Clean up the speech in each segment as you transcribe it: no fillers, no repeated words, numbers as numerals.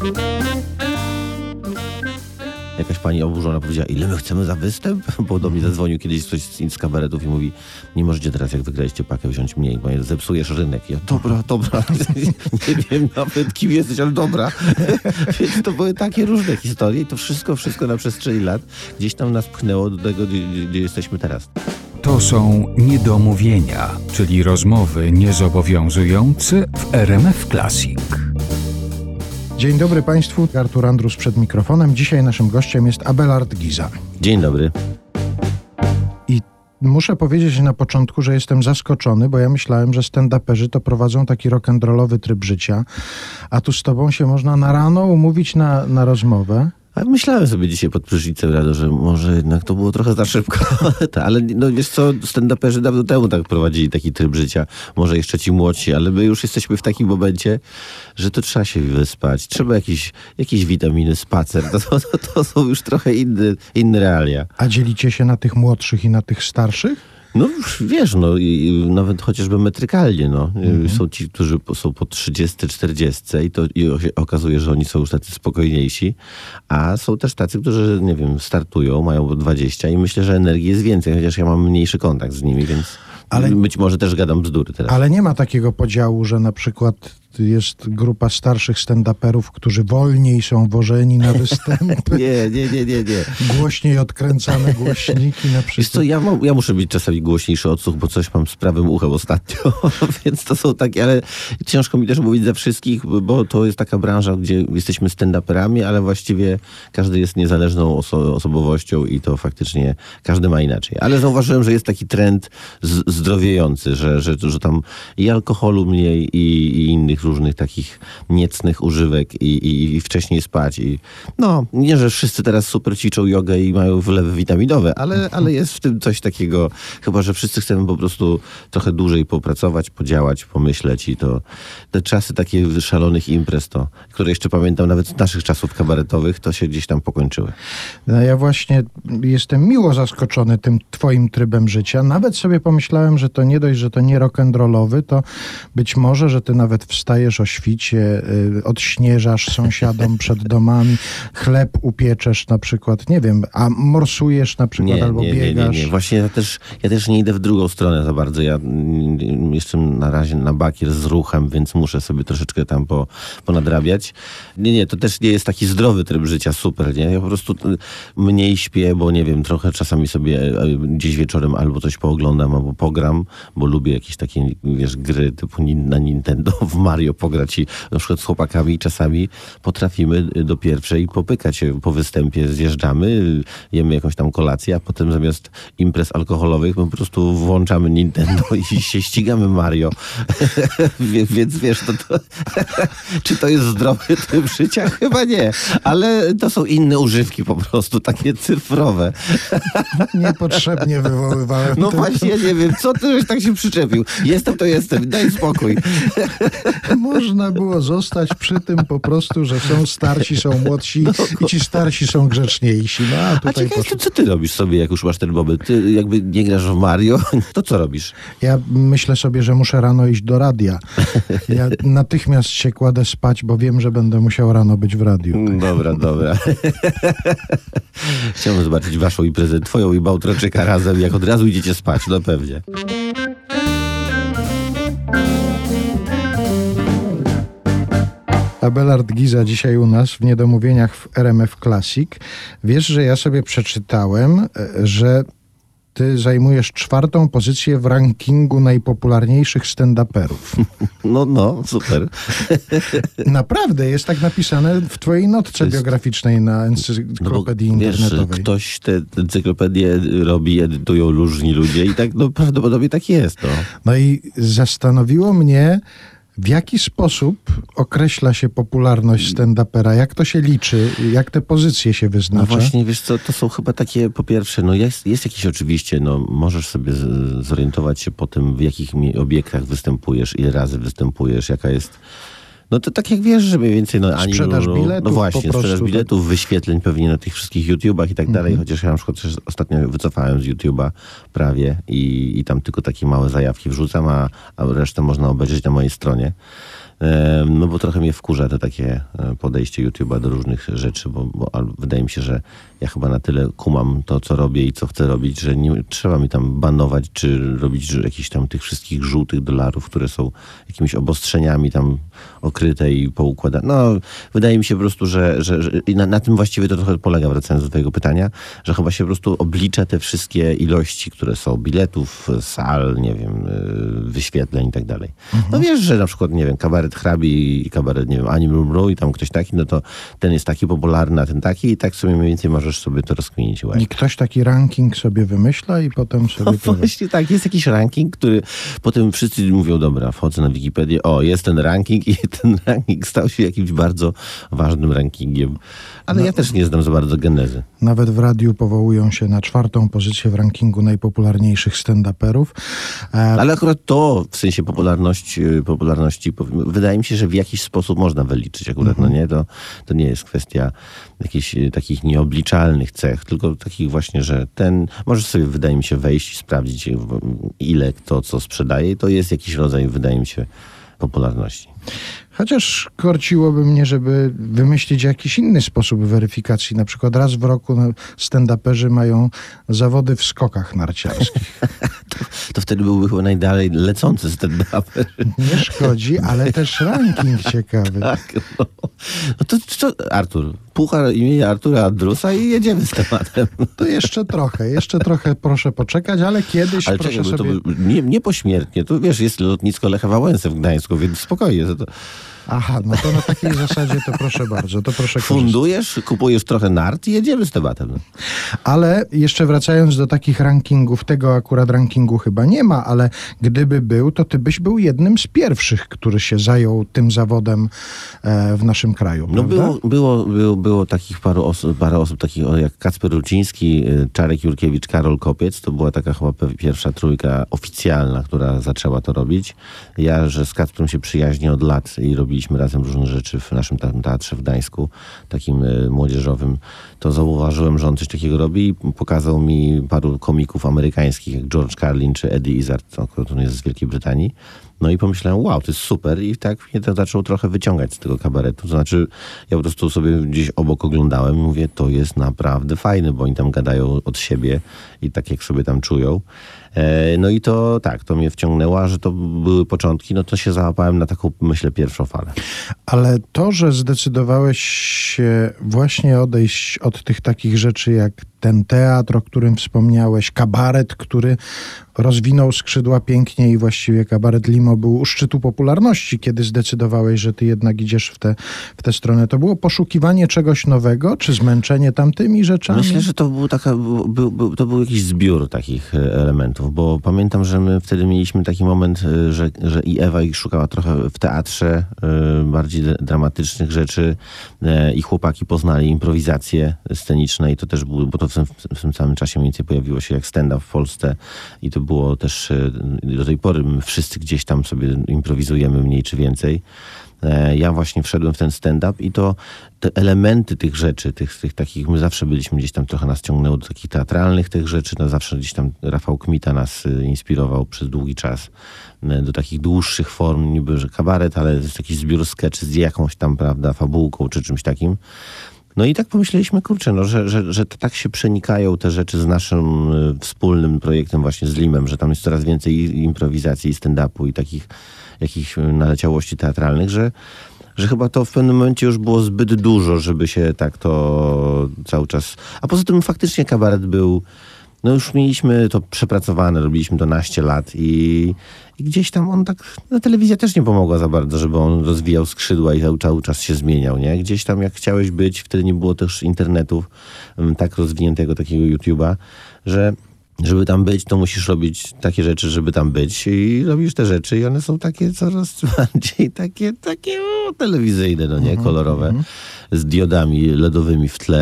Jakaś pani oburzona powiedziała, ile my chcemy za występ? Bo do mnie zadzwonił kiedyś ktoś z kabaretów i mówi, nie możecie teraz, jak wygraliście pakę, wziąć mniej, bo zepsujesz rynek. Ja, dobra, nie wiem nawet, kim jesteś, ale dobra. Więc to były takie różne historie i to wszystko na przestrzeni lat gdzieś tam nas pchnęło do tego, gdzie jesteśmy teraz. To są niedomówienia, czyli rozmowy niezobowiązujące w RMF Classic. Dzień dobry Państwu, Artur Andrus przed mikrofonem. Dzisiaj naszym gościem jest Abelard Giza. Dzień dobry. I muszę powiedzieć na początku, że jestem zaskoczony, bo ja myślałem, że stand-uperzy to prowadzą taki rock'n'rollowy tryb życia, a tu z tobą się można na rano umówić na rozmowę. A myślałem sobie dzisiaj pod prysznicem rano, że może jednak to było trochę za szybko. Ale no wiesz co, stand-uperzy dawno temu tak prowadzili taki tryb życia. Może jeszcze ci młodsi, ale my już jesteśmy w takim momencie, że to trzeba się wyspać. Trzeba jakieś witaminy, spacer. To są już trochę inne realia. A dzielicie się na tych młodszych i na tych starszych? No wiesz, i nawet chociażby metrykalnie, Są ci, którzy są po 30, 40 i okazuje, że oni są już tacy spokojniejsi, a są też tacy, którzy, nie wiem, startują, mają 20 i myślę, że energii jest więcej, chociaż ja mam mniejszy kontakt z nimi, więc być może też gadam bzdury teraz. Ale nie ma takiego podziału, że na przykład jest grupa starszych stand-uperów, którzy wolniej są wożeni na występy. Nie. Głośniej odkręcane głośniki na przykład. Wiesz co, ja muszę być czasami głośniejszy odsłuch, bo coś mam z prawym uchem ostatnio, więc to są takie, ale ciężko mi też mówić za wszystkich, bo to jest taka branża, gdzie jesteśmy stand-uperami, ale właściwie każdy jest niezależną osobowością i to faktycznie każdy ma inaczej. Ale zauważyłem, że jest taki trend zdrowiejący, że tam i alkoholu mniej i innych różnych takich niecnych używek i wcześniej spać. Nie, że wszyscy teraz super ćwiczą jogę i mają wylewy witaminowe, ale jest w tym coś takiego, chyba że wszyscy chcemy po prostu trochę dłużej popracować, podziałać, pomyśleć i to te czasy takich szalonych imprez, które jeszcze pamiętam nawet z naszych czasów kabaretowych, to się gdzieś tam pokończyły. No ja właśnie jestem miło zaskoczony tym twoim trybem życia. Nawet sobie pomyślałem, że to nie dość, że to nie rock'n'rollowy, to być może, że ty nawet wstajesz o świcie, odśnieżasz sąsiadom przed domami, chleb upieczesz na przykład, nie wiem, a morsujesz na przykład albo biegasz. Nie. Właśnie ja też nie idę w drugą stronę za bardzo. Ja jestem na razie na bakier z ruchem, więc muszę sobie troszeczkę tam ponadrabiać. Nie, to też nie jest taki zdrowy tryb życia, super, nie? Ja po prostu mniej śpię, bo nie wiem, trochę czasami sobie gdzieś wieczorem albo coś pooglądam, albo pogram, bo lubię jakieś takie, wiesz, gry typu na Nintendo, w Mario pograć i na przykład z chłopakami czasami potrafimy do pierwszej popykać się po występie, zjeżdżamy, jemy jakąś tam kolację, a potem zamiast imprez alkoholowych my po prostu włączamy Nintendo i się ścigamy Mario. Więc wiesz, czy to jest zdrowy tryb życia? Chyba nie, ale to są inne używki po prostu, takie cyfrowe. Niepotrzebnie wywoływałem. No właśnie, nie wiem, co ty żeś tak się przyczepił? Jestem, daj spokój. Można było zostać przy tym po prostu, że są starsi, są młodsi i ci starsi są grzeczniejsi. A ciekawe jestem, co ty robisz sobie, jak już masz ten moment? Ty jakby nie grasz w Mario, to co robisz? Ja myślę sobie, że muszę rano iść do radia. Ja natychmiast się kładę spać, bo wiem, że będę musiał rano być w radiu. Dobra. Chciałbym zobaczyć waszą imprezę, twoją i Bałtroczyka razem, jak od razu idziecie spać, no pewnie. Abelard Giza dzisiaj u nas w Niedomówieniach w RMF Classic. Wiesz, że ja sobie przeczytałem, że ty zajmujesz 4. pozycję w rankingu najpopularniejszych stand-uperów. No, super. Naprawdę, jest tak napisane w twojej notce biograficznej na encyklopedii internetowej. Wiesz, ktoś te encyklopedię robi, edytują różni ludzie i tak prawdopodobnie tak jest. No i zastanowiło mnie, w jaki sposób określa się popularność stand-upera? Jak to się liczy? Jak te pozycje się wyznacza? No właśnie, wiesz co, to są chyba takie, po pierwsze, jest jakiś oczywiście, możesz sobie zorientować się po tym, w jakich obiektach występujesz, ile razy występujesz, jaka jest No to tak jak wiesz, że mniej więcej... No, ani Sprzedaż biletów no właśnie, po prostu, sprzedaż tak. biletów, wyświetleń pewnie na tych wszystkich YouTubach i tak dalej, chociaż ja na przykład też ostatnio wycofałem z YouTube'a prawie i tam tylko takie małe zajawki wrzucam, a resztę można obejrzeć na mojej stronie. No bo trochę mnie wkurza to takie podejście YouTube'a do różnych rzeczy, bo wydaje mi się, że ja chyba na tyle kumam to, co robię i co chcę robić, że nie trzeba mi tam banować, czy robić jakichś tam tych wszystkich żółtych dolarów, które są jakimiś obostrzeniami tam okryte i poukładane. No, wydaje mi się po prostu, że i na tym właściwie to trochę polega, wracając do twojego pytania, że chyba się po prostu oblicza te wszystkie ilości, które są biletów, sal, nie wiem, wyświetleń i tak dalej. No wiesz, że na przykład, nie wiem, kabaret Hrabi i kabaret, nie wiem, Ani Mru i tam ktoś taki, no to ten jest taki popularny, a ten taki i tak sobie mniej więcej możesz sobie to rozkminić. I ktoś taki ranking sobie wymyśla i potem sobie... No właśnie tak, jest jakiś ranking, który potem wszyscy mówią, dobra, wchodzę na Wikipedię, o, jest ten ranking i ten ranking stał się jakimś bardzo ważnym rankingiem. Ale ja też nie znam za bardzo genezy. Nawet w radiu powołują się na 4. pozycję w rankingu najpopularniejszych stand-uperów. Ale akurat to, w sensie popularności, wydaje mi się, że w jakiś sposób można wyliczyć akurat, no nie? To nie jest kwestia jakichś takich nieobliczalnych cech, tylko takich właśnie, że możesz sobie, wydaje mi się, wejść i sprawdzić, ile kto co sprzedaje i to jest jakiś rodzaj, wydaje mi się, popularności. Chociaż korciłoby mnie, żeby wymyślić jakiś inny sposób weryfikacji. Na przykład raz w roku stand-uperzy mają zawody w skokach narciarskich. To wtedy byłby chyba najdalej lecący stand-uper. Nie szkodzi, ale też ranking ciekawy. Tak, no. No to Artur, puchar imienia Artura Andrusa i jedziemy z tematem. To jeszcze trochę proszę poczekać, ale kiedyś Ale proszę czekaj, sobie... to nie pośmiertnie. Tu wiesz, jest lotnisko Lecha Wałęsy w Gdańsku, więc spokojnie. Aha, no to na takiej zasadzie to proszę bardzo, to proszę korzystać. Fundujesz, kupujesz trochę nart i jedziemy z tematem. No. Ale jeszcze wracając do takich rankingów, tego akurat rankingu chyba nie ma, ale gdyby był, to ty byś był jednym z pierwszych, który się zajął tym zawodem w naszym kraju, No prawda? było takich parę osób takich jak Kacper Ruciński, Czarek Jurkiewicz, Karol Kopiec. To była taka chyba pierwsza trójka oficjalna, która zaczęła to robić. Ja, że z Kacprem się przyjaźnię od lat i robiliśmy razem różne rzeczy w naszym teatrze w Gdańsku, takim młodzieżowym, to zauważyłem, że on coś takiego robi i pokazał mi paru komików amerykańskich, jak George Carlin czy Eddie Izzard, który jest z Wielkiej Brytanii. No i pomyślałem, wow, to jest super i tak mnie to zaczął trochę wyciągać z tego kabaretu. To znaczy, ja po prostu sobie gdzieś obok oglądałem i mówię, to jest naprawdę fajne, bo oni tam gadają od siebie i tak jak sobie tam czują. No i to tak, to mnie wciągnęło, a że to były początki, no to się załapałem na taką, myślę, pierwszą falę. Ale to, że zdecydowałeś się właśnie odejść od tych takich rzeczy jak ten teatr, o którym wspomniałeś, kabaret, który rozwinął skrzydła pięknie i właściwie kabaret Limo był u szczytu popularności, kiedy zdecydowałeś, że ty jednak idziesz w tę stronę. To było poszukiwanie czegoś nowego, czy zmęczenie tamtymi rzeczami? Myślę, że to był jakiś zbiór takich elementów, bo pamiętam, że my wtedy mieliśmy taki moment, że i Ewa ich szukała trochę w teatrze bardziej dramatycznych rzeczy i chłopaki poznali improwizację sceniczne i to też było, bo to w tym samym czasie mniej więcej pojawiło się jak stand-up w Polsce i to było też do tej pory my wszyscy gdzieś tam sobie improwizujemy mniej czy więcej. Ja właśnie wszedłem w ten stand-up i to te elementy tych rzeczy, tych takich, my zawsze byliśmy gdzieś tam, trochę nas ciągnęło do takich teatralnych tych rzeczy, no zawsze gdzieś tam Rafał Kmita nas inspirował przez długi czas do takich dłuższych form, niby że kabaret, ale jest taki zbiór sketchy z jakąś tam, prawda, fabułką czy czymś takim. No i tak pomyśleliśmy, kurczę, no, że to tak się przenikają te rzeczy z naszym wspólnym projektem właśnie z Limem, że tam jest coraz więcej improwizacji i stand-upu i takich jakichś naleciałości teatralnych, że chyba to w pewnym momencie już było zbyt dużo, żeby się tak to cały czas... A poza tym faktycznie kabaret był... No już mieliśmy to przepracowane, robiliśmy to naście lat i gdzieś tam on tak... No telewizja też nie pomogła za bardzo, żeby on rozwijał skrzydła i cały czas się zmieniał, nie? Gdzieś tam jak chciałeś być, wtedy nie było też internetu tak rozwiniętego, takiego YouTube'a, że żeby tam być, to musisz robić takie rzeczy, żeby tam być i robisz te rzeczy i one są takie coraz bardziej takie telewizyjne, no nie, kolorowe, z diodami LEDowymi w tle.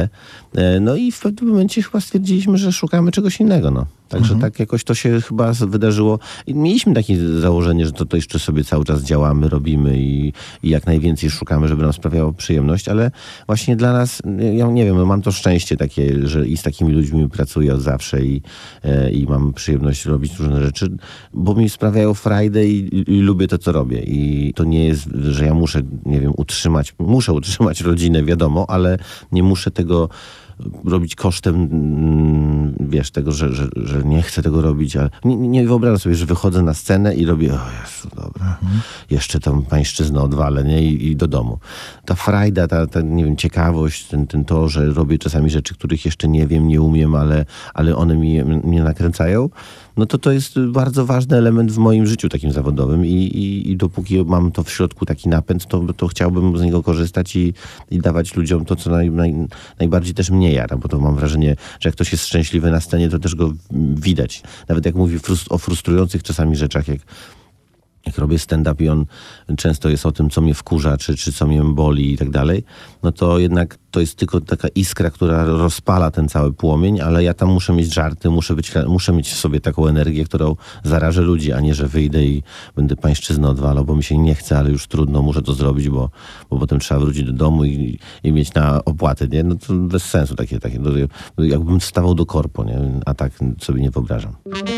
No i w pewnym momencie chyba stwierdziliśmy, że szukamy czegoś innego, no. Także tak jakoś to się chyba wydarzyło. I mieliśmy takie założenie, że to jeszcze sobie cały czas działamy, robimy i jak najwięcej szukamy, żeby nam sprawiało przyjemność, ale właśnie dla nas, ja nie wiem, no mam to szczęście takie, że i z takimi ludźmi pracuję od zawsze i mam przyjemność robić różne rzeczy, bo mi sprawiają frajdę i lubię to, co robię. I to nie jest, że ja muszę, nie wiem, muszę utrzymać rodzinę, wiadomo, ale nie muszę tego robić kosztem, wiesz, tego, że nie chcę tego robić, ale nie wyobrażam sobie, że wychodzę na scenę i robię, o Jezu, dobra, jeszcze tam pańszczyznę odwalę, nie? I do domu. Ta frajda, ta nie wiem, ciekawość, to, że robię czasami rzeczy, których jeszcze nie wiem, nie umiem, ale one mnie nakręcają, no to jest bardzo ważny element w moim życiu takim zawodowym i dopóki mam to w środku taki napęd, to chciałbym z niego korzystać i dawać ludziom to, co najbardziej też mnie jara, bo to mam wrażenie, że jak ktoś jest szczęśliwy na scenie, to też go widać. Nawet jak mówi o frustrujących czasami rzeczach, jak robię stand-up i on często jest o tym, co mnie wkurza, czy co mnie boli i tak dalej, no to jednak to jest tylko taka iskra, która rozpala ten cały płomień, ale ja tam muszę mieć żarty, muszę mieć w sobie taką energię, którą zarażę ludzi, a nie, że wyjdę i będę pańszczyznę odwalał, bo mi się nie chce, ale już trudno, muszę to zrobić, bo potem trzeba wrócić do domu i mieć na opłaty, nie? No to bez sensu takie jakbym wstawał do korpo, nie? A tak sobie nie wyobrażam.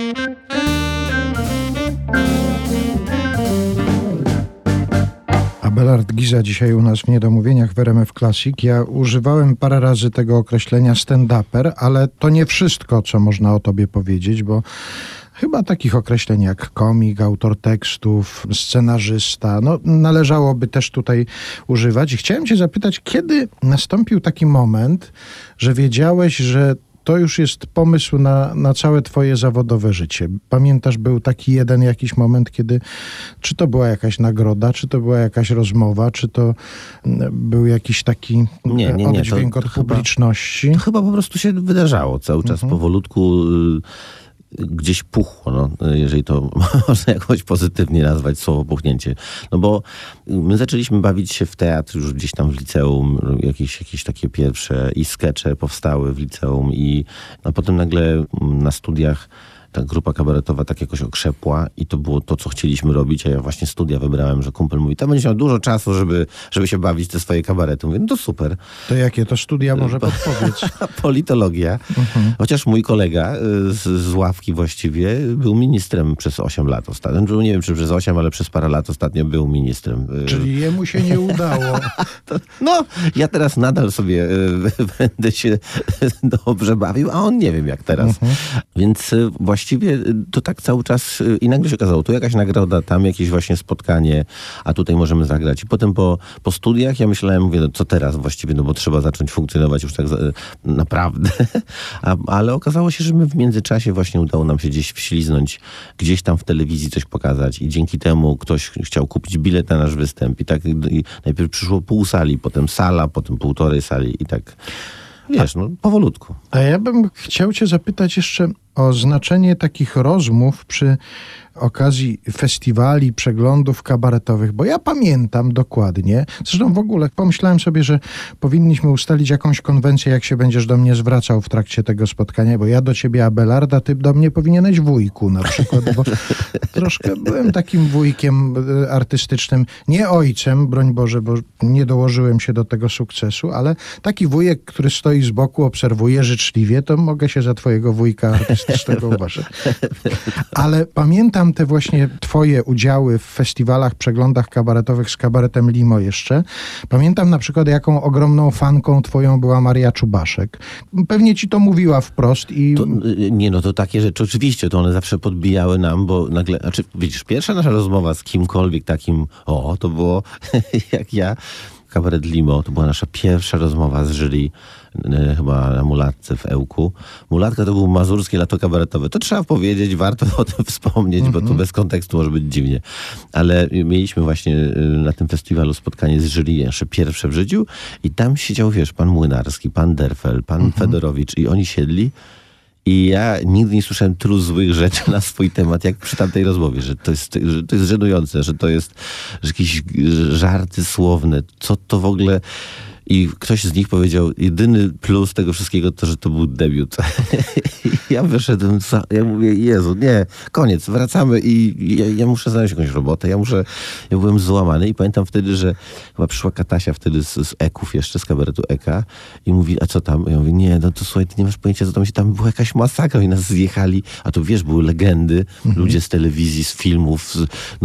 Abelard Giza dzisiaj u nas w Niedomówieniach w RMF Classic. Ja używałem parę razy tego określenia stand-uper, ale to nie wszystko, co można o tobie powiedzieć, bo chyba takich określeń jak komik, autor tekstów, scenarzysta, no należałoby też tutaj używać. I chciałem cię zapytać, kiedy nastąpił taki moment, że wiedziałeś, że to już jest pomysł na całe twoje zawodowe życie. Pamiętasz, był taki jeden jakiś moment, kiedy czy to była jakaś nagroda, czy to była jakaś rozmowa, czy to był jakiś taki oddźwięk od publiczności? To chyba po prostu się wydarzało cały czas powolutku. Gdzieś puchło, no, jeżeli to można jakoś pozytywnie nazwać słowo puchnięcie. No bo my zaczęliśmy bawić się w teatr już gdzieś tam w liceum, jakieś takie pierwsze i skecze powstały w liceum a potem nagle na studiach ta grupa kabaretowa tak jakoś okrzepła i to było to, co chcieliśmy robić, a ja właśnie studia wybrałem, że kumpel mówi, tam będzie miał dużo czasu, żeby się bawić te swoje kabarety. Mówię, no to super. To jakie to studia, może podpowiedz? Politologia. Chociaż mój kolega z ławki właściwie był ministrem przez 8 lat ostatnio. Nie wiem, czy przez 8, ale przez parę lat ostatnio był ministrem. Czyli jemu się nie udało. No, ja teraz nadal sobie będę się dobrze bawił, a on nie wiem jak teraz. Więc właściwie to tak cały czas i nagle się okazało, tu jakaś nagroda, tam jakieś właśnie spotkanie, a tutaj możemy zagrać. I potem po studiach ja myślałem, mówię, no co teraz właściwie, no bo trzeba zacząć funkcjonować już tak naprawdę. Ale okazało się, że my w międzyczasie właśnie udało nam się gdzieś wśliznąć, gdzieś tam w telewizji coś pokazać i dzięki temu ktoś chciał kupić bilet na nasz występ i najpierw przyszło pół sali, potem sala, potem półtorej sali i tak, wiesz, no powolutku. A ja bym chciał cię zapytać jeszcze o znaczenie takich rozmów przy okazji festiwali, przeglądów kabaretowych, bo ja pamiętam dokładnie, zresztą w ogóle pomyślałem sobie, że powinniśmy ustalić jakąś konwencję, jak się będziesz do mnie zwracał w trakcie tego spotkania, bo ja do ciebie Abelarda, ty do mnie powinieneś wujku na przykład, bo troszkę byłem takim wujkiem artystycznym, nie ojcem, broń Boże, bo nie dołożyłem się do tego sukcesu, ale taki wujek, który stoi z boku, obserwuje życzliwie, to mogę się za twojego wujka artystycznego uważać. Ale pamiętam te właśnie twoje udziały w festiwalach, przeglądach kabaretowych z kabaretem Limo jeszcze. Pamiętam na przykład, jaką ogromną fanką twoją była Maria Czubaszek. Pewnie ci to mówiła wprost i... To takie rzeczy oczywiście, to one zawsze podbijały nam, bo nagle, widzisz, pierwsza nasza rozmowa z kimkolwiek takim, to było jak ja, kabaret Limo, to była nasza pierwsza rozmowa z jury, chyba na Mulatce w Ełku. Mulatka to było mazurskie lato kabaretowe. To trzeba powiedzieć, warto o tym wspomnieć, bo to bez kontekstu może być dziwnie. Ale mieliśmy właśnie na tym festiwalu spotkanie z jury, jeszcze pierwsze w życiu i tam siedział, wiesz, pan Młynarski, pan Derfel, pan Fedorowicz i oni siedli i ja nigdy nie słyszałem tylu złych rzeczy na swój temat, jak przy tamtej rozmowie, że to jest żenujące, że to jest jakieś żarty słowne, co to w ogóle... I ktoś z nich powiedział, jedyny plus tego wszystkiego to, że to był debiut. Ja wyszedłem, ja mówię, Jezu, nie, koniec, wracamy i ja muszę znaleźć jakąś robotę. Ja byłem złamany i pamiętam wtedy, że chyba przyszła Katasia wtedy z Eków jeszcze, z kabaretu Eka i mówi, a co tam? Ja mówię, nie, no to słuchaj, ty nie masz pojęcia, co tam była jakaś masakra i nas zjechali, a to wiesz, były legendy, ludzie z telewizji, z filmów,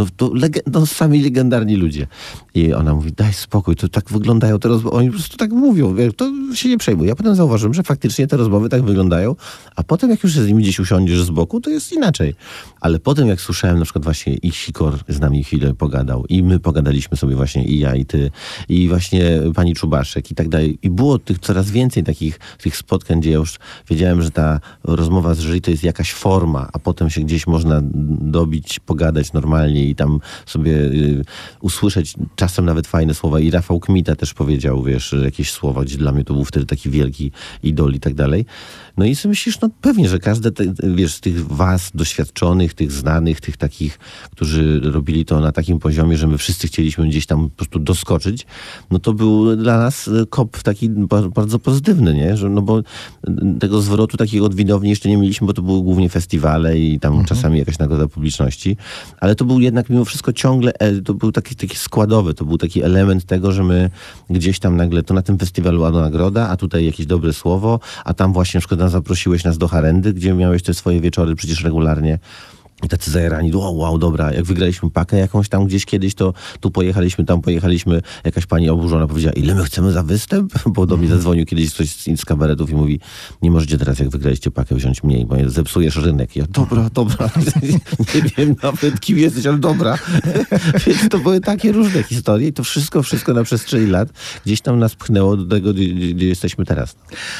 sami legendarni ludzie. I ona mówi, daj spokój, to tak wyglądają te rozmowy, oni po prostu tak mówią, to się nie przejmuj. Ja potem zauważyłem, że faktycznie te rozmowy tak wyglądają, a potem jak już z nimi gdzieś usiądziesz z boku, to jest inaczej. Ale potem jak słyszałem na przykład właśnie i Sikor z nami chwilę pogadał i my pogadaliśmy sobie właśnie i ja i ty i właśnie pani Czubaszek i tak dalej. I było tych coraz więcej tych spotkań, gdzie ja już wiedziałem, że ta rozmowa z jury to jest jakaś forma, a potem się gdzieś można dobić, pogadać normalnie i tam sobie usłyszeć czasem nawet fajne słowa. I Rafał Kmita też powiedział, wiesz, jakieś słowa, gdzie dla mnie to był wtedy taki wielki idol i tak dalej. No i sobie myślisz, no pewnie, że każdy, wiesz, z tych was doświadczonych, tych znanych, tych takich, którzy robili to na takim poziomie, że my wszyscy chcieliśmy gdzieś tam po prostu doskoczyć, no to był dla nas kop taki bardzo pozytywny, nie? Że, no bo tego zwrotu takiego od widowni jeszcze nie mieliśmy, bo to były głównie festiwale i tam czasami jakaś nagroda publiczności, ale to był jednak mimo wszystko ciągle, to był taki składowy, to był taki element tego, że my gdzieś tam nagle, to na tym festiwalu była nagroda, a tutaj jakieś dobre słowo, a tam właśnie na przykład zaprosiłeś nas do Harendy, gdzie miałeś te swoje wieczory przecież regularnie. I tacy zajarani, wow, dobra, jak wygraliśmy pakę jakąś tam gdzieś kiedyś, to tu pojechaliśmy, tam pojechaliśmy, jakaś pani oburzona powiedziała, ile my chcemy za występ? Bo do mnie zadzwonił kiedyś ktoś z kabaretów i mówi, nie możecie teraz, jak wygraliście pakę, wziąć mniej, bo zepsujesz rynek. I ja, dobra, nie wiem nawet kim jesteś, ale dobra. Więc to były takie różne historie i to wszystko na przestrzeni lat gdzieś tam nas pchnęło do tego, gdzie jesteśmy teraz.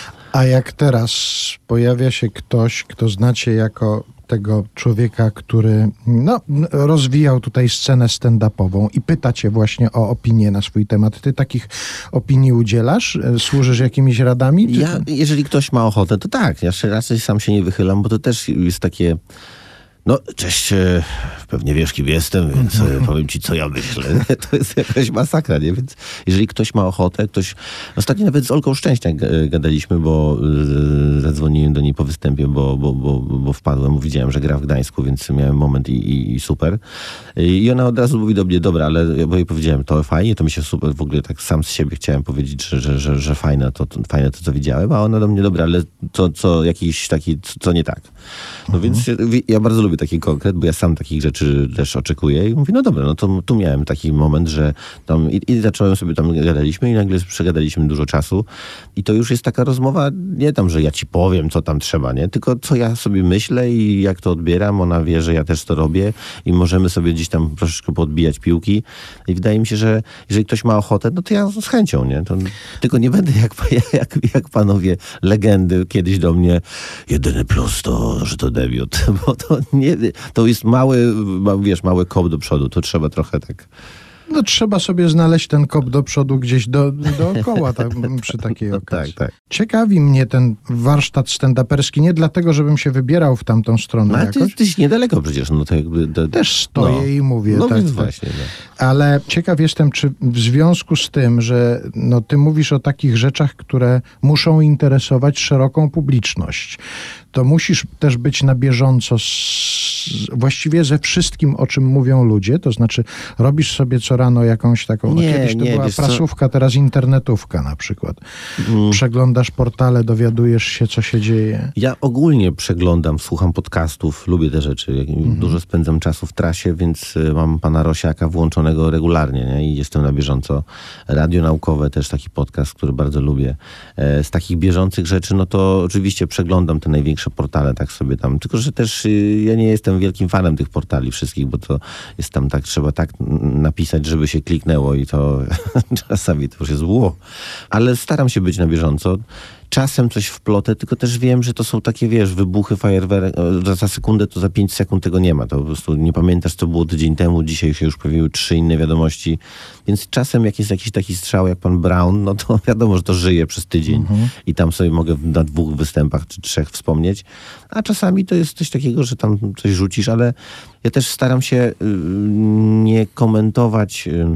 A jak teraz pojawia się ktoś, kto znacie jako tego człowieka, który rozwijał tutaj scenę stand-upową i pyta cię właśnie o opinię na swój temat. Ty takich opinii udzielasz? Służysz jakimiś radami? Jeżeli ktoś ma ochotę, to tak. Ja raczej sam się nie wychylam, bo to też jest takie... No, cześć, pewnie wiesz, kim jestem, więc powiem ci, co ja myślę. To jest jakaś masakra, nie? Więc jeżeli ktoś ma ochotę, Ostatnio nawet z Olką Szczęśniak gadaliśmy, bo zadzwoniłem do niej po występie, bo wpadłem, widziałem, że gra w Gdańsku, więc miałem moment i super. I ona od razu mówi do mnie, dobra, ale ja jej powiedziałem, to fajnie, to mi się super, w ogóle tak sam z siebie chciałem powiedzieć, że fajne to, co widziałem, a ona do mnie, dobra, ale co jakiś taki, co nie tak. No więc ja bardzo lubię taki konkret, bo ja sam takich rzeczy też oczekuję i mówię, no dobra, no to tu miałem taki moment, że tam i zacząłem sobie tam gadaliśmy i nagle przegadaliśmy dużo czasu i to już jest taka rozmowa, nie tam, że ja ci powiem, co tam trzeba, nie? Tylko co ja sobie myślę i jak to odbieram, ona wie, że ja też to robię i możemy sobie gdzieś tam troszeczkę podbijać piłki i wydaje mi się, że jeżeli ktoś ma ochotę, no to ja z chęcią, nie? Tylko nie będę jak panowie legendy kiedyś do mnie, jedyny plus to, że to debiut, bo to jest mały kop do przodu, to trzeba trochę tak... No trzeba sobie znaleźć ten kop do przodu gdzieś dookoła przy takiej okazji. Tak. Ciekawi mnie ten warsztat stand-uperski, nie dlatego, żebym się wybierał w tamtą stronę ale jakoś. Ty jesteś niedaleko przecież. No to jakby, też stoję i mówię. No tak, więc tak. właśnie. No. Ale ciekaw jestem, czy w związku z tym, że ty mówisz o takich rzeczach, które muszą interesować szeroką publiczność, to musisz też być na bieżąco właściwie ze wszystkim, o czym mówią ludzie, to znaczy robisz sobie co rano jakąś taką, kiedyś to była prasówka, teraz internetówka na przykład. Przeglądasz portale, dowiadujesz się, co się dzieje. Ja ogólnie przeglądam, słucham podcastów, lubię te rzeczy. Dużo spędzam czasu w trasie, więc mam pana Rosiaka włączonego regularnie, nie? I jestem na bieżąco. Radio Naukowe też taki podcast, który bardzo lubię. Z takich bieżących rzeczy, no to oczywiście przeglądam te największe portale, tak sobie tam. Tylko, że też ja nie jestem wielkim fanem tych portali wszystkich, bo to jest tam tak, trzeba tak napisać, żeby się kliknęło i to czasami to już jest Ale staram się być na bieżąco. Czasem coś wplotę, tylko też wiem, że to są takie, wiesz, wybuchy, fajerwerek. Za sekundę to za 5 sekund tego nie ma. To po prostu nie pamiętasz, co było tydzień temu. Dzisiaj się już pojawiły 3 inne wiadomości. Więc czasem jak jest jakiś taki strzał jak pan Brown, no to wiadomo, że to żyje przez tydzień. I tam sobie mogę na 2 występach czy 3 wspomnieć. A czasami to jest coś takiego, że tam coś rzucisz, ale ja też staram się nie komentować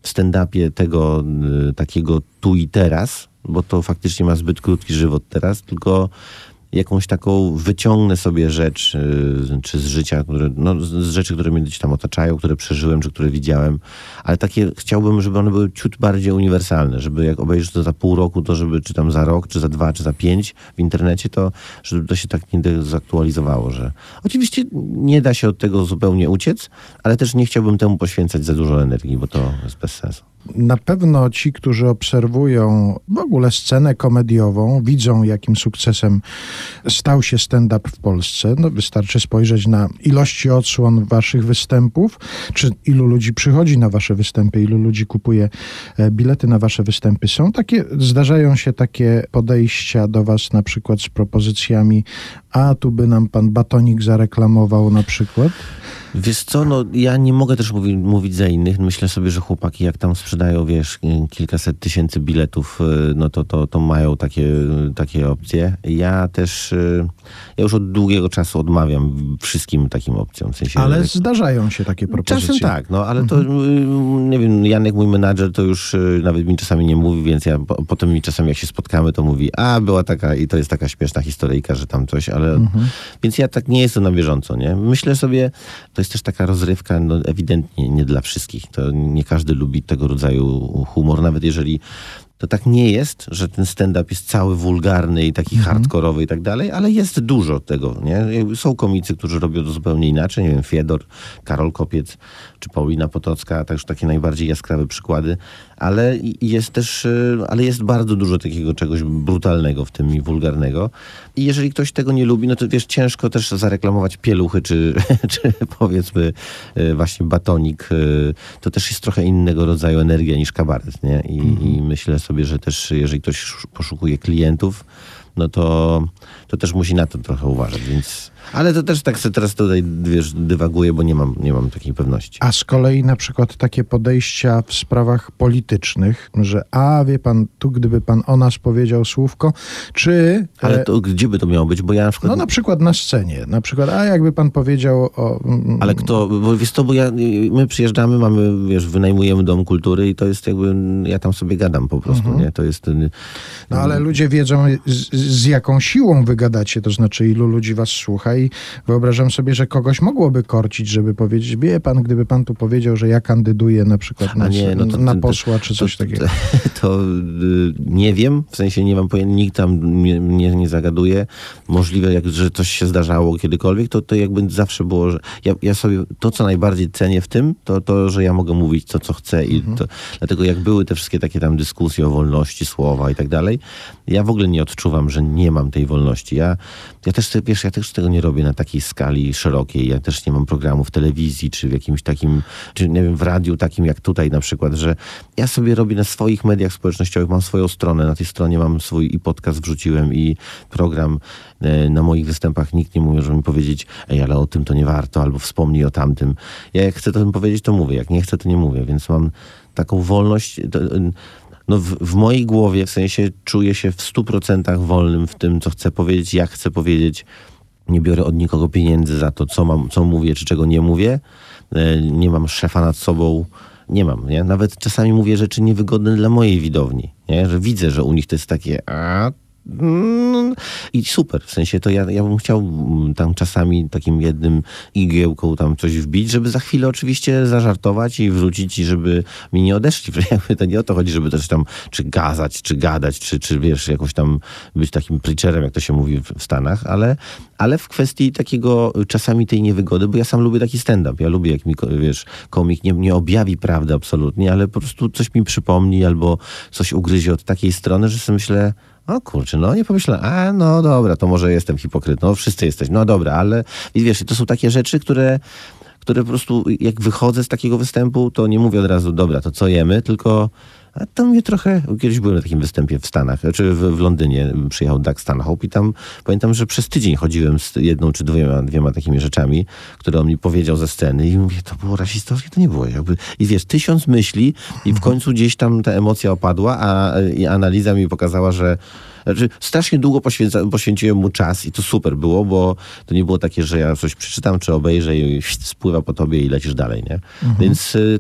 w stand-upie tego takiego tu i teraz, bo to faktycznie ma zbyt krótki żywot teraz, tylko jakąś taką wyciągnę sobie rzecz, czy z życia, z rzeczy, które mnie gdzieś tam otaczają, które przeżyłem, czy które widziałem, ale takie chciałbym, żeby one były ciut bardziej uniwersalne, żeby jak obejrzysz to za pół roku, to żeby czy tam za rok, czy za 2, czy za 5 w internecie, to żeby to się tak nie zaktualizowało, że oczywiście nie da się od tego zupełnie uciec, ale też nie chciałbym temu poświęcać za dużo energii, bo to jest bez sensu. Na pewno ci, którzy obserwują w ogóle scenę komediową, widzą, jakim sukcesem stał się stand-up w Polsce. No, wystarczy spojrzeć na ilości odsłon waszych występów, czy ilu ludzi przychodzi na wasze występy, ilu ludzi kupuje bilety na wasze występy. Zdarzają się takie podejścia do was na przykład z propozycjami, a tu by nam pan batonik zareklamował na przykład? Wiesz co, ja nie mogę też mówić za innych. Myślę sobie, że chłopaki jak tam sprzedają, kilkaset tysięcy biletów, to mają takie opcje. Ja już od długiego czasu odmawiam wszystkim takim opcjom. W sensie, ale zdarzają się takie propozycje. Czasem tak, ale to nie wiem, Janek, mój menadżer, to już nawet mi czasami nie mówi, więc potem mi czasami jak się spotkamy, to mówi, była taka i to jest taka śmieszna historyjka, że tam coś, ale więc ja tak nie jestem na bieżąco, nie? Myślę sobie, to jest też taka rozrywka, ewidentnie nie dla wszystkich. To nie każdy lubi tego rodzaju humor, nawet jeżeli to tak nie jest, że ten stand-up jest cały wulgarny i taki hardkorowy i tak dalej, ale jest dużo tego, nie? Są komicy, którzy robią to zupełnie inaczej, nie wiem, Fiedor, Karol Kopiec czy Paulina Potocka, to już takie najbardziej jaskrawe przykłady, ale jest bardzo dużo takiego czegoś brutalnego w tym i wulgarnego. I jeżeli ktoś tego nie lubi, to ciężko też zareklamować pieluchy, czy powiedzmy właśnie batonik. To też jest trochę innego rodzaju energia niż kabaret, nie? I myślę sobie, że też jeżeli ktoś poszukuje klientów, to też musi na to trochę uważać, więc... Ale to też tak sobie teraz tutaj, dywaguję, bo nie mam takiej pewności. A z kolei na przykład takie podejścia w sprawach politycznych, że wie pan, tu gdyby pan o nas powiedział słówko, czy... Ale to gdzie by to miało być? Bo ja na przykład... na przykład na scenie. Na przykład, jakby pan powiedział o... Ale kto... Bo wiesz co, my przyjeżdżamy, mamy, wynajmujemy dom kultury i to jest jakby... Ja tam sobie gadam po prostu, nie? To jest... ale ludzie wiedzą, z jaką siłą wy gadacie, to znaczy ilu ludzi was słucha i wyobrażam sobie, że kogoś mogłoby korcić, żeby powiedzieć, wie pan, gdyby pan tu powiedział, że ja kandyduję na przykład na posła, czy coś takiego. To nie wiem, w sensie nie mam pojęcia, nikt tam nie zagaduje. Możliwe, że coś się zdarzało kiedykolwiek, to jakby zawsze było, że ja sobie, to co najbardziej cenię w tym, to że ja mogę mówić to, co chcę i dlatego jak były te wszystkie takie tam dyskusje o wolności słowa i tak dalej, ja w ogóle nie odczuwam, że nie mam tej wolności. Ja też tego nie robię na takiej skali szerokiej. Ja też nie mam programu w telewizji, czy w jakimś takim, czy nie wiem, w radiu takim jak tutaj na przykład, że ja sobie robię na swoich mediach społecznościowych, mam swoją stronę, na tej stronie mam swój i podcast wrzuciłem i program. Na moich występach nikt nie mówi, żeby mi powiedzieć, ale o tym to nie warto, albo wspomnij o tamtym. Ja jak chcę to powiedzieć, to mówię. Jak nie chcę, to nie mówię. Więc mam taką wolność... w mojej głowie, w sensie czuję się w 100% wolnym w tym, co chcę powiedzieć, jak chcę powiedzieć. Nie biorę od nikogo pieniędzy za to, co mówię, czy czego nie mówię. Nie mam szefa nad sobą. Nie mam, nie? Nawet czasami mówię rzeczy niewygodne dla mojej widowni, nie? Że widzę, że u nich to jest takie... I super, w sensie to ja bym chciał tam czasami takim jednym igiełką tam coś wbić, żeby za chwilę oczywiście zażartować i wrócić i żeby mi nie odeszli. Jakby to nie o to chodzi, żeby też tam czy gazać, czy gadać, czy jakoś tam być takim preacherem, jak to się mówi w Stanach, ale w kwestii takiego czasami tej niewygody, bo ja sam lubię taki stand-up. Ja lubię, jak mi, komik nie objawi prawdy absolutnie, ale po prostu coś mi przypomni albo coś ugryzie od takiej strony, że sobie myślę, o kurczę, nie pomyślałem, no dobra, to może jestem hipokrytą, wszyscy jesteś, no dobra, ale i to są takie rzeczy, które po prostu jak wychodzę z takiego występu, to nie mówię od razu, dobra, to co jemy, tylko a to mnie trochę... Kiedyś byłem na takim występie w Stanach, czy w Londynie przyjechał Doug Stanhope i tam pamiętam, że przez tydzień chodziłem z jedną czy dwiema takimi rzeczami, które on mi powiedział ze sceny i mówię, to było rasistowskie? To nie było. I 1000 myśli i w końcu gdzieś tam ta emocja opadła, i analiza mi pokazała, że strasznie długo poświęciłem mu czas i to super było, bo to nie było takie, że ja coś przeczytam czy obejrzę i spływa po tobie i lecisz dalej, nie? Więc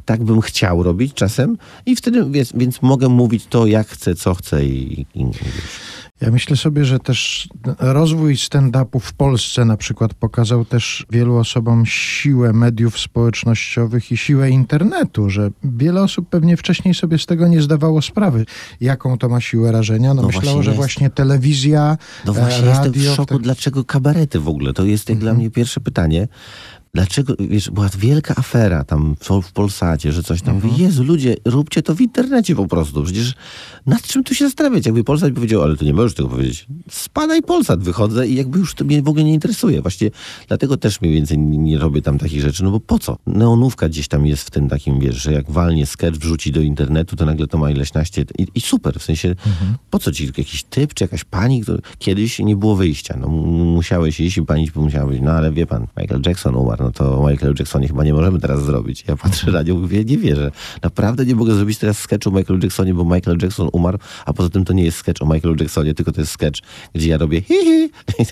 tak bym chciał robić czasem i wtedy, więc mogę mówić to, jak chcę, co chcę i wiesz. Ja myślę sobie, że też rozwój stand-upu w Polsce na przykład pokazał też wielu osobom siłę mediów społecznościowych i siłę internetu, że wiele osób pewnie wcześniej sobie z tego nie zdawało sprawy, jaką to ma siłę rażenia. No myślało, właśnie że jest. właśnie telewizja, No właśnie radio... jestem w szoku, dlaczego kabarety w ogóle? To jest jak dla mnie pierwsze pytanie. Dlaczego, wiesz, była wielka afera tam w Polsacie, że coś tam mówi, Jezu, ludzie, róbcie to w internecie po prostu. Przecież nad czym tu się zastanawiać? Jakby Polsat powiedział, ale ty nie możesz tego powiedzieć. Spadaj Polsat, wychodzę i jakby już to mnie w ogóle nie interesuje. Właśnie dlatego też mniej więcej nie robię tam takich rzeczy, no bo po co? Neonówka gdzieś tam jest w tym takim, wiesz, że jak walnie sketch, wrzuci do internetu, to nagle to ma ileś naście i super, w sensie, po co ci jakiś typ, czy jakaś pani, kiedyś nie było wyjścia, no musiałeś iść i pani musiała być, no ale wie pan, Michael Jackson umarł, no to o Michaelu Jacksonie chyba nie możemy teraz zrobić. Ja patrzę na nią i mówię, nie wierzę. Naprawdę nie mogę zrobić teraz sketchu o Michaelu Jacksonie, bo Michael Jackson umarł, a poza tym to nie jest sketch o Michaelu Jacksonie, tylko to jest sketch, gdzie ja robię hi.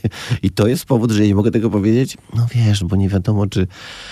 I to jest powód, że ja nie mogę tego powiedzieć? No wiesz, bo nie wiadomo, czy...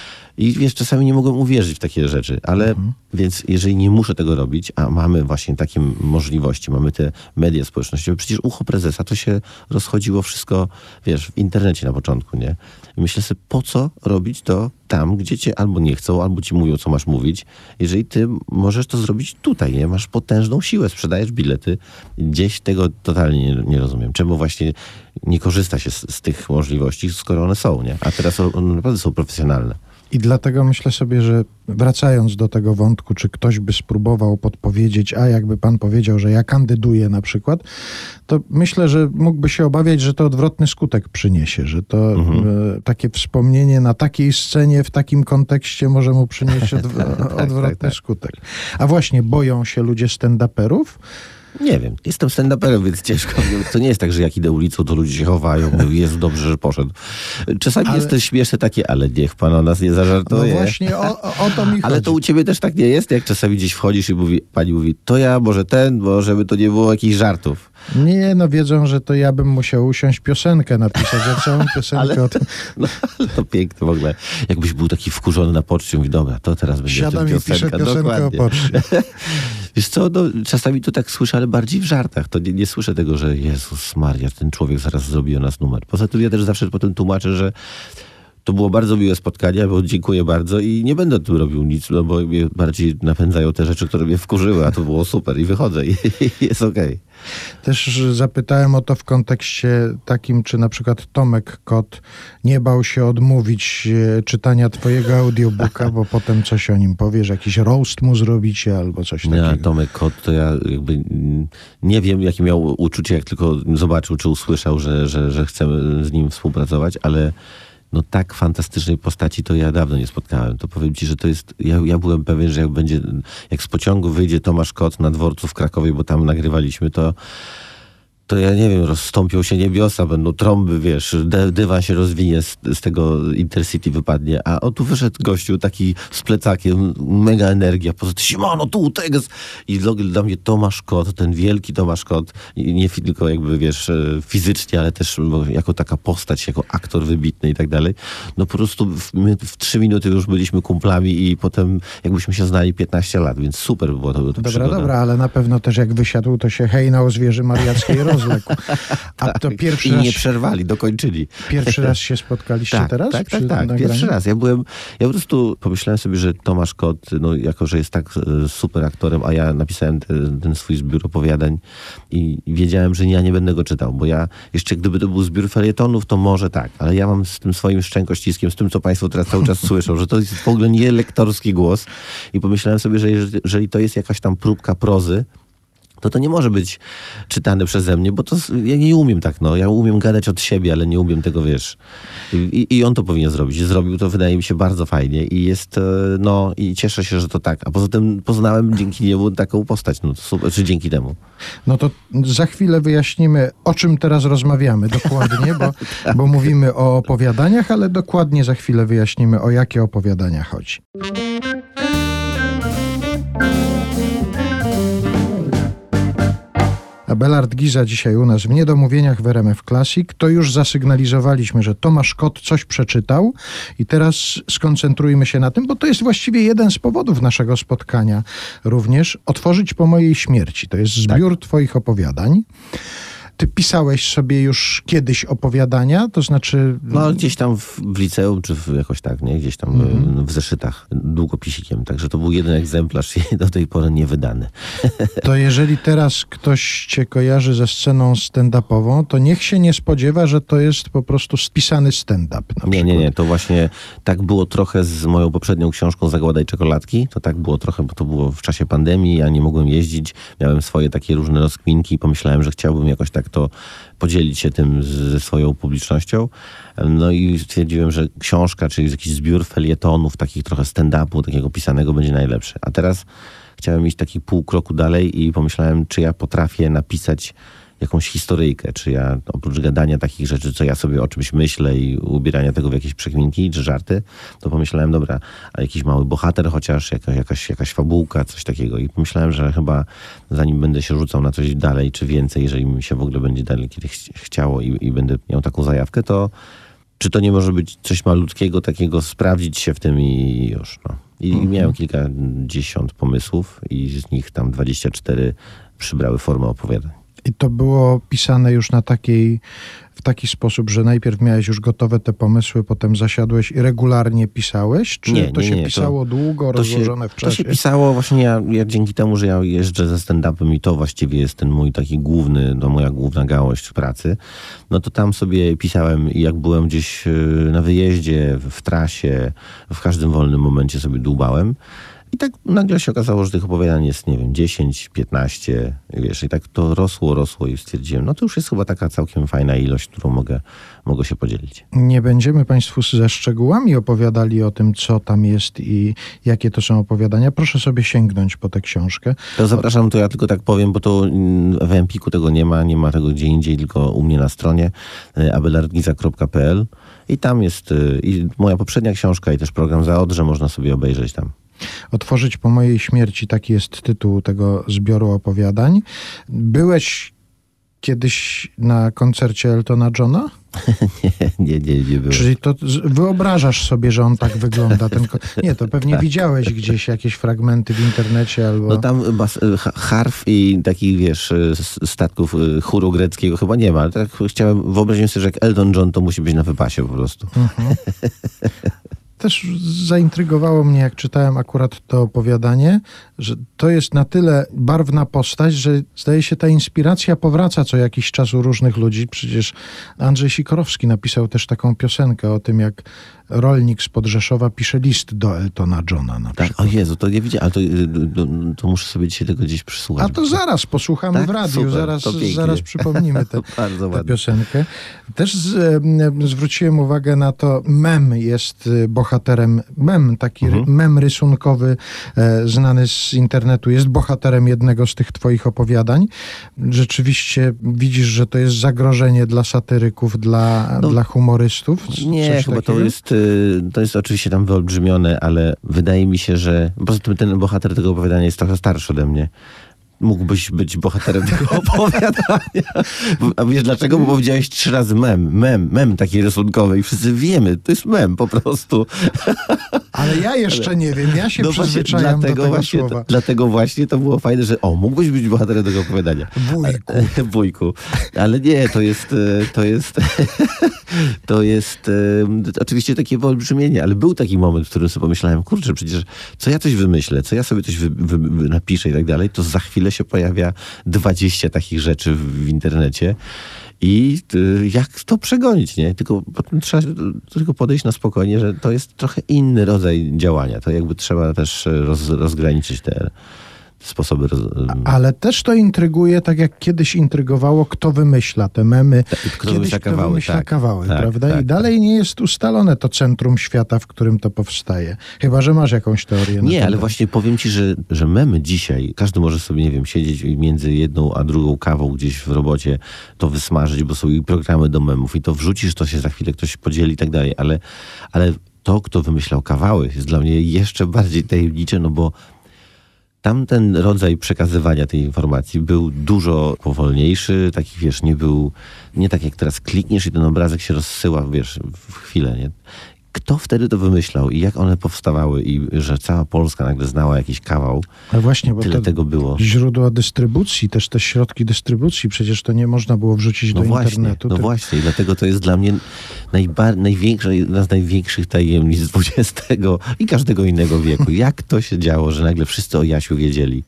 I wiesz, czasami nie mogłem uwierzyć w takie rzeczy, ale więc jeżeli nie muszę tego robić, a mamy właśnie takie możliwości, mamy te media społecznościowe, przecież ucho prezesa to się rozchodziło wszystko, wiesz, w internecie na początku, nie? I myślę sobie, po co robić to tam, gdzie cię albo nie chcą, albo ci mówią, co masz mówić, jeżeli ty możesz to zrobić tutaj, nie? Masz potężną siłę, sprzedajesz bilety. Gdzieś tego totalnie nie rozumiem. Czemu właśnie nie korzysta się z tych możliwości, skoro one są, nie? A teraz one naprawdę są profesjonalne. I dlatego myślę sobie, że wracając do tego wątku, czy ktoś by spróbował podpowiedzieć, a jakby pan powiedział, że ja kandyduję na przykład, to myślę, że mógłby się obawiać, że to odwrotny skutek przyniesie, że to takie wspomnienie na takiej scenie, w takim kontekście może mu przynieść odwrotny skutek. A właśnie, boją się ludzie stand-uperów? Nie wiem, jestem stand-uperem, więc ciężko. To nie jest tak, że jak idę ulicą, to ludzie się chowają, mówią, jest dobrze, że poszedł. Czasami jest to śmieszne takie, ale niech pan o nas nie zażartuje. No właśnie, o to mi chodzi. Ale to u ciebie też tak nie jest? Jak czasami gdzieś wchodzisz i pani mówi, to ja, może ten, bo żeby to nie było jakichś żartów. Nie, no wiedzą, że to ja bym musiał usiąść piosenkę napisać, ja całą piosenkę o tym. No, ale to piękne w ogóle. Jakbyś był taki wkurzony na poczcie, mówi, dobra, to teraz będzie Siadam i piszę piosenkę dokładnie. o poczcie. Wiesz co, no, czasami to tak słyszę, ale bardziej w żartach. To nie słyszę tego, że Jezus Maria, ten człowiek zaraz zrobi o nas numer. Poza tym ja też zawsze potem tłumaczę, że to było bardzo miłe spotkanie, bo dziękuję bardzo i nie będę tu robił nic, no bo mnie bardziej napędzają te rzeczy, które mnie wkurzyły, a to było super i wychodzę i jest okej. Też zapytałem o to w kontekście takim, czy na przykład Tomek Kot nie bał się odmówić czytania twojego audiobooka, bo potem coś o nim powiesz, jakiś roast mu zrobicie albo coś takiego. Ja, Tomek Kot, to ja jakby nie wiem, jakie miał uczucie, jak tylko zobaczył, czy usłyszał, że chcemy z nim współpracować, ale no tak fantastycznej postaci to ja dawno nie spotkałem. To powiem ci, że to jest... Ja byłem pewien, że jak z pociągu wyjdzie Tomasz Kot na dworcu w Krakowie, bo tam nagrywaliśmy, to ja nie wiem, rozstąpią się niebiosa, będą trąby, wiesz, dywan się rozwinie, z tego Intercity wypadnie, a tu wyszedł gościu taki z plecakiem, mega energia, poza tym Simono, tu, tego. I dla mnie Tomasz Kot, ten wielki Tomasz Kot, i nie tylko jakby, wiesz, fizycznie, ale też jako taka postać, jako aktor wybitny i tak dalej, no po prostu my w 3 minuty już byliśmy kumplami i potem jakbyśmy się znali 15 lat, więc super było to przygoda. Dobra, ale na pewno też jak wysiadł, to się hejna o zwierzy mariackiej rozległ. A to pierwszy I raz... nie przerwali, dokończyli. Pierwszy raz się spotkaliście teraz? Tak, przy nagraniu? pierwszy raz. Ja po prostu pomyślałem sobie, że Tomasz Kot, no jako, że jest tak super aktorem, a ja napisałem ten swój zbiór opowiadań i wiedziałem, że ja nie będę go czytał, bo ja jeszcze gdyby to był zbiór felietonów, to może tak, ale ja mam z tym swoim szczękościskiem, z tym, co państwo teraz cały czas słyszą, że to jest w ogóle nie lektorski głos i pomyślałem sobie, że jeżeli to jest jakaś tam próbka prozy, to nie może być czytane przeze mnie, bo to ja nie umiem tak, no. Ja umiem gadać od siebie, ale nie umiem tego, wiesz. I on to powinien zrobić. Zrobił to, wydaje mi się, bardzo fajnie i jest, no, i cieszę się, że to tak. A poza tym poznałem dzięki niemu taką postać, no, to super, czy dzięki temu. No to za chwilę wyjaśnimy, o czym teraz rozmawiamy dokładnie, bo mówimy o opowiadaniach, ale dokładnie za chwilę wyjaśnimy, o jakie opowiadania chodzi. Abelard Giza dzisiaj u nas w Niedomówieniach w RMF Classic. To już zasygnalizowaliśmy, że Tomasz Kot coś przeczytał i teraz skoncentrujmy się na tym, bo to jest właściwie jeden z powodów naszego spotkania również. Otworzyć po mojej śmierci. To jest zbiór twoich opowiadań. Ty pisałeś sobie już kiedyś opowiadania? To znaczy... No gdzieś tam w liceum, czy jakoś tak, nie? Gdzieś tam w zeszytach, długopisikiem. Także to był jeden egzemplarz i do tej pory niewydany. To jeżeli teraz ktoś cię kojarzy ze sceną stand-upową, to niech się nie spodziewa, że to jest po prostu spisany stand-up. Nie. To właśnie tak było trochę z moją poprzednią książką Zagłada i czekoladki. To tak było trochę, bo to było w czasie pandemii, ja nie mogłem jeździć. Miałem swoje takie różne rozkminki i pomyślałem, że chciałbym jakoś tak to podzielić się tym ze swoją publicznością. No i stwierdziłem, że książka, czyli jakiś zbiór felietonów, takich trochę stand-upu, takiego pisanego będzie najlepszy. A teraz chciałem iść taki pół kroku dalej i pomyślałem, czy ja potrafię napisać jakąś historyjkę, czy ja oprócz gadania takich rzeczy, co ja sobie o czymś myślę i ubierania tego w jakieś przekminki czy żarty, to pomyślałem, dobra, a jakiś mały bohater chociaż, jakaś fabułka, coś takiego. I pomyślałem, że chyba zanim będę się rzucał na coś dalej czy więcej, jeżeli mi się w ogóle będzie dalej kiedyś chciało i będę miał taką zajawkę, to czy to nie może być coś malutkiego, takiego sprawdzić się w tym i już. No. I miałem kilkadziesiąt pomysłów i z nich tam 24 przybrały formę opowiadań. I to było pisane już w taki sposób, że najpierw miałeś już gotowe te pomysły, potem zasiadłeś i regularnie pisałeś? Czy nie, to się pisało długo, rozłożone w czasie? To się pisało właśnie, ja dzięki temu, że ja jeżdżę ze stand-upem i to właściwie jest ten mój taki moja główna gałąź pracy, no to tam sobie pisałem i jak byłem gdzieś na wyjeździe, w trasie, w każdym wolnym momencie sobie dłubałem. I tak nagle się okazało, że tych opowiadań jest, 10, 15, wiesz, i tak to rosło i stwierdziłem, no to już jest chyba taka całkiem fajna ilość, którą mogę się podzielić. Nie będziemy Państwu ze szczegółami opowiadali o tym, co tam jest i jakie to są opowiadania. Proszę sobie sięgnąć po tę książkę. To zapraszam, to ja tylko tak powiem, bo to w Empiku tego nie ma tego gdzie indziej, tylko u mnie na stronie abelardgiza.pl i tam jest i moja poprzednia książka i też program Za Odrze można sobie obejrzeć tam. Otworzyć po mojej śmierci, taki jest tytuł tego zbioru opowiadań. Byłeś kiedyś na koncercie Eltona Johna? Nie byłem. Czyli to wyobrażasz sobie, że on tak wygląda? Nie, to pewnie widziałeś gdzieś jakieś fragmenty w internecie albo... No tam harf i takich, wiesz, statków chóru greckiego chyba nie ma. Ale tak wyobraziłem sobie, że jak Elton John, to musi być na wypasie po prostu. Też zaintrygowało mnie, jak czytałem akurat to opowiadanie, że to jest na tyle barwna postać, że zdaje się, ta inspiracja powraca co jakiś czas u różnych ludzi. Przecież Andrzej Sikorowski napisał też taką piosenkę o tym, jak rolnik z Rzeszowa pisze list do Eltona Johna na przykład. Tak, o Jezu, to nie widziałem, ale to muszę sobie dzisiaj tego gdzieś przysłuchać. A to zaraz posłuchamy w radiu, super, zaraz przypomnimy tę piosenkę. Też zwróciłem uwagę na to, mem jest bohaterem, taki mem rysunkowy znany z internetu, jest bohaterem jednego z tych twoich opowiadań. Rzeczywiście widzisz, że to jest zagrożenie dla satyryków, dla humorystów? Nie, chyba to jest oczywiście tam wyolbrzymione, ale wydaje mi się, że poza tym ten bohater tego opowiadania jest trochę starszy ode mnie. Mógłbyś być bohaterem tego opowiadania. A wiesz dlaczego? Bo powiedziałeś 3 razy mem taki rysunkowy i wszyscy wiemy, to jest mem po prostu. Ale ja jeszcze nie wiem, ja się przyzwyczajam do tego słowa. Dlatego właśnie to było fajne, że mógłbyś być bohaterem tego opowiadania. Wujku. Ale nie, to jest oczywiście takie wyolbrzymienie, ale był taki moment, w którym sobie pomyślałem, kurczę, przecież co ja coś wymyślę, co ja sobie coś napiszę i tak dalej, to za chwilę się pojawia 20 takich rzeczy w internecie i jak to przegonić, nie? Tylko potem trzeba tylko podejść na spokojnie, że to jest trochę inny rodzaj działania. To jakby trzeba też rozgraniczyć te sposoby. Ale też to intryguje, tak jak kiedyś intrygowało, kto wymyśla te memy. Kto wymyśla kawały, prawda? Tak. I dalej nie jest ustalone to centrum świata, w którym to powstaje. Chyba że masz jakąś teorię. Nie, ale właśnie powiem ci, że memy dzisiaj, każdy może sobie, nie wiem, siedzieć między jedną a drugą kawą gdzieś w robocie, to wysmażyć, bo są i programy do memów i to wrzucisz, to się za chwilę ktoś podzieli i tak dalej, ale to, kto wymyślał kawały, jest dla mnie jeszcze bardziej tajemnicze, no bo Tamten rodzaj przekazywania tej informacji był dużo powolniejszy, taki wiesz, nie tak jak teraz klikniesz i ten obrazek się rozsyła, wiesz, w chwilę, nie? Kto wtedy to wymyślał i jak one powstawały i że cała Polska nagle znała jakiś kawał, Ale właśnie, bo tyle tego było. źródła dystrybucji, też te środki dystrybucji, przecież to nie można było wrzucić do internetu. No właśnie, i dlatego to jest dla mnie jedna z największych tajemnic XX i każdego innego wieku. Jak to się działo, że nagle wszyscy o Jasiu wiedzieli?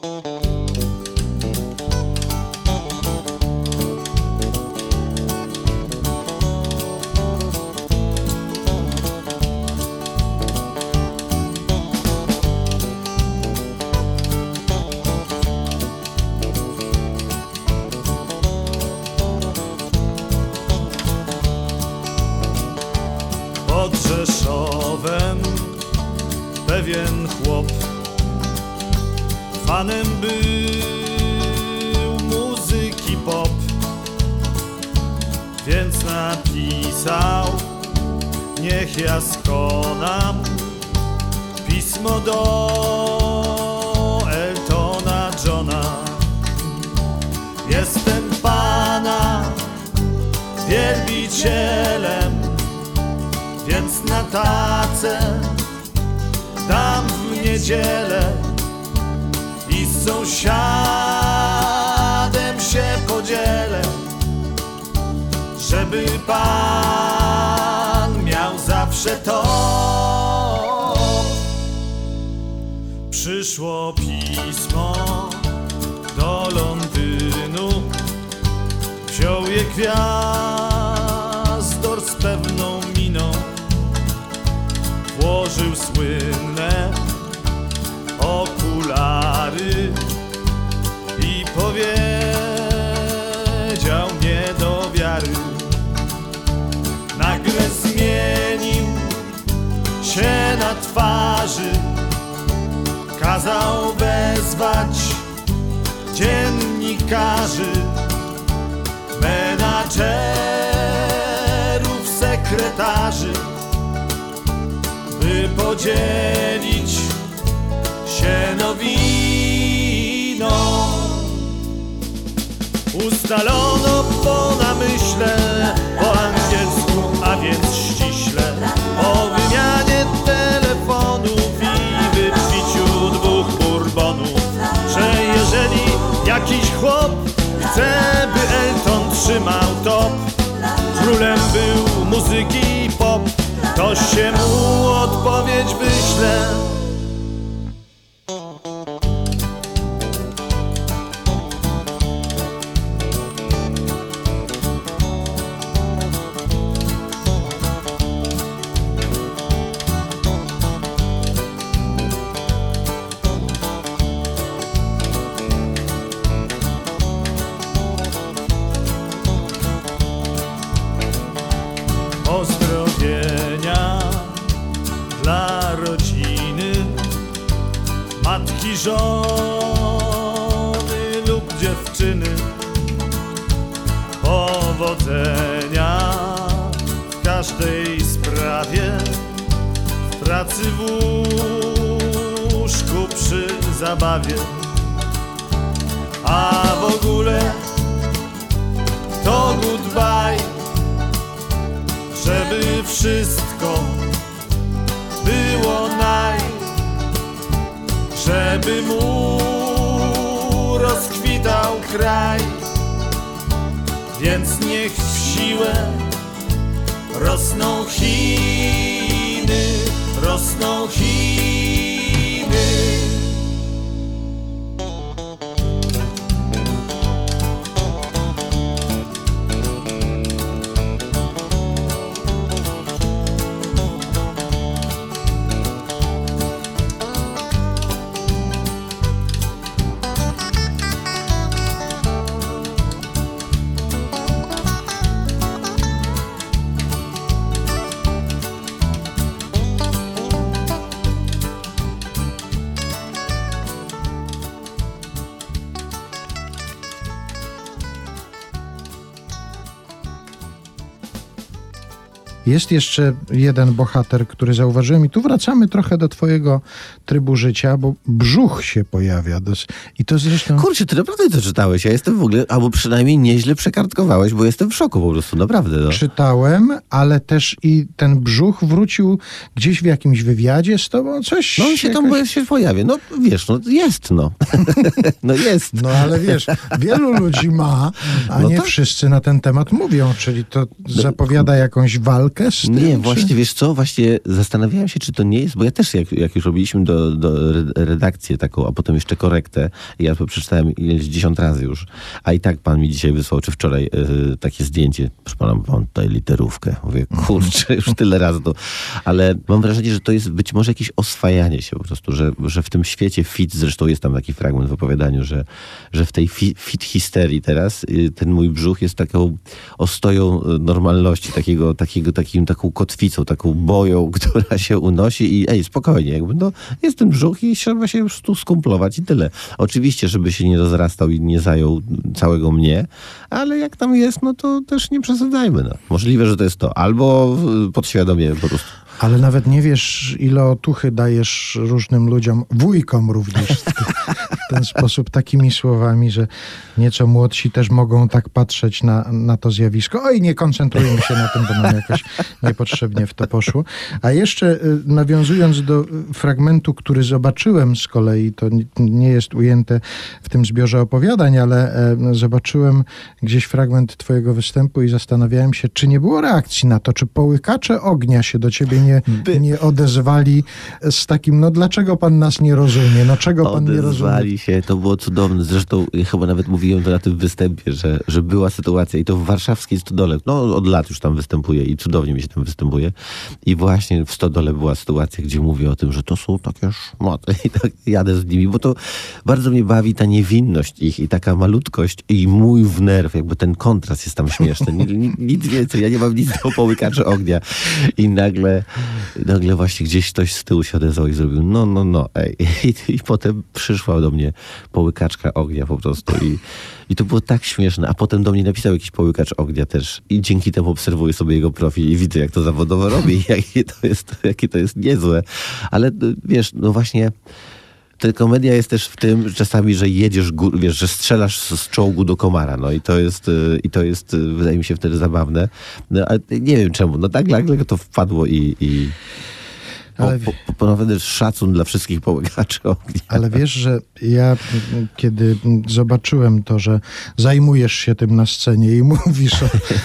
Pod Rzeszowem pewien chłop fanem był muzyki pop, więc napisał: niech ja skonam pismo do Eltona Johna. Jestem pana wielbicielem, więc na tacę dam w niedzielę i z sąsiadem się podzielę, żeby pan miał zawsze to. Przyszło pismo do Londynu, wziął je Gwiazdor z pewną miną, włożył słynne okulary i powiedział nie do wiary. Nagle zmienił się na twarzy, kazał wezwać dziennikarzy, menadżerów, sekretarzy, by podzielić się nowiną. Ustalono po namyśle, po angielsku, a więc ściśle, o wymianie telefonów i wypiciu 2 bourbonów, że jeżeli jakiś chłop chce, by Elton trzymał top, królem był muzyki pop, to się mu odpowiedź wyśle. Pozdrowienia dla rodziny, matki, żony lub dziewczyny, powodzenia w każdej sprawie, w pracy, w łóżku, przy zabawie, a w ogóle to goodbye, żeby wszystko było żeby mu rozkwitał kraj, więc niech w siłę rosną Chiny, rosną Chiny. Jest jeszcze jeden bohater, który zauważyłem i tu wracamy trochę do twojego trybu życia, bo brzuch się pojawia. I to zresztą... Kurczę, ty naprawdę to czytałeś. Ja jestem w ogóle, albo przynajmniej nieźle przekartkowałeś, bo jestem w szoku po prostu, naprawdę. No. Czytałem, ale też i ten brzuch wrócił gdzieś w jakimś wywiadzie z tobą, coś... No on się tam się pojawia. No wiesz, no jest, no. No jest. No ale wiesz, wielu ludzi ma, a No nie tak. wszyscy na ten temat mówią, czyli to zapowiada jakąś walkę z tym? Nie, czy- właśnie wiesz co, właśnie zastanawiałem się, czy to nie jest, bo ja też jak już robiliśmy do redakcję taką, a potem jeszcze korektę, ja to przeczytałem ileś 10 razy już, a i tak pan mi dzisiaj wysłał, czy wczoraj takie zdjęcie, proszę pana, mam tutaj literówkę. Mówię, kurczę, już tyle razy to, ale mam wrażenie, że to jest być może jakieś oswajanie się po prostu, że w tym świecie fit, zresztą jest tam taki fragment w opowiadaniu, że w tej fit histerii teraz ten mój brzuch jest taką ostoją normalności, taką kotwicą, taką boją, która się unosi i spokojnie, jakby no jest ten brzuch i trzeba się już tu skumplować i tyle. Oczywiście, żeby się nie rozrastał i nie zajął całego mnie, ale jak tam jest, no to też nie przesadzajmy. No. Możliwe, że to jest to. Albo podświadomie po prostu. Ale nawet nie wiesz, ile otuchy dajesz różnym ludziom, wujkom również, w ten sposób, takimi słowami, że nieco młodsi też mogą tak patrzeć na to zjawisko. Oj, nie koncentrujmy się na tym, bo nam jakoś niepotrzebnie w to poszło. A jeszcze nawiązując do fragmentu, który zobaczyłem z kolei, to nie jest ujęte w tym zbiorze opowiadań, ale zobaczyłem gdzieś fragment twojego występu i zastanawiałem się, czy nie było reakcji na to, czy połykacze ognia się do ciebie nie odezwali z takim, no dlaczego pan nas nie rozumie? No czego pan nie rozumie? Odezwali się, to było cudowne. Zresztą ja chyba nawet mówiłem to na tym występie, że była sytuacja i to w warszawskiej Stodole. No od lat już tam występuję i cudownie mi się tam występuje. I właśnie w Stodole była sytuacja, gdzie mówię o tym, że to są takie szmaty i tak jadę z nimi, bo to bardzo mnie bawi ta niewinność ich i taka malutkość i mój w nerw, jakby ten kontrast jest tam śmieszny. Nic więcej, ja nie mam nic do połykaczy ognia. I nagle właśnie gdzieś ktoś z tyłu się odezwał i zrobił no, ej. I potem przyszła do mnie połykaczka ognia po prostu i to było tak śmieszne. A potem do mnie napisał jakiś połykacz ognia też i dzięki temu obserwuję sobie jego profil i widzę, jak to zawodowo robi i jakie to jest niezłe. Ale wiesz, no właśnie ta komedia jest też w tym że czasami, że jedziesz, wiesz, że strzelasz z czołgu do komara, no i to jest wydaje mi się wtedy zabawne. No, ale nie wiem czemu, no tak nagle to wpadło i Ale- naprawdę szacun dla wszystkich połykaczy ognia. Ale wiesz, że ja kiedy zobaczyłem to, że zajmujesz się tym na scenie i mówisz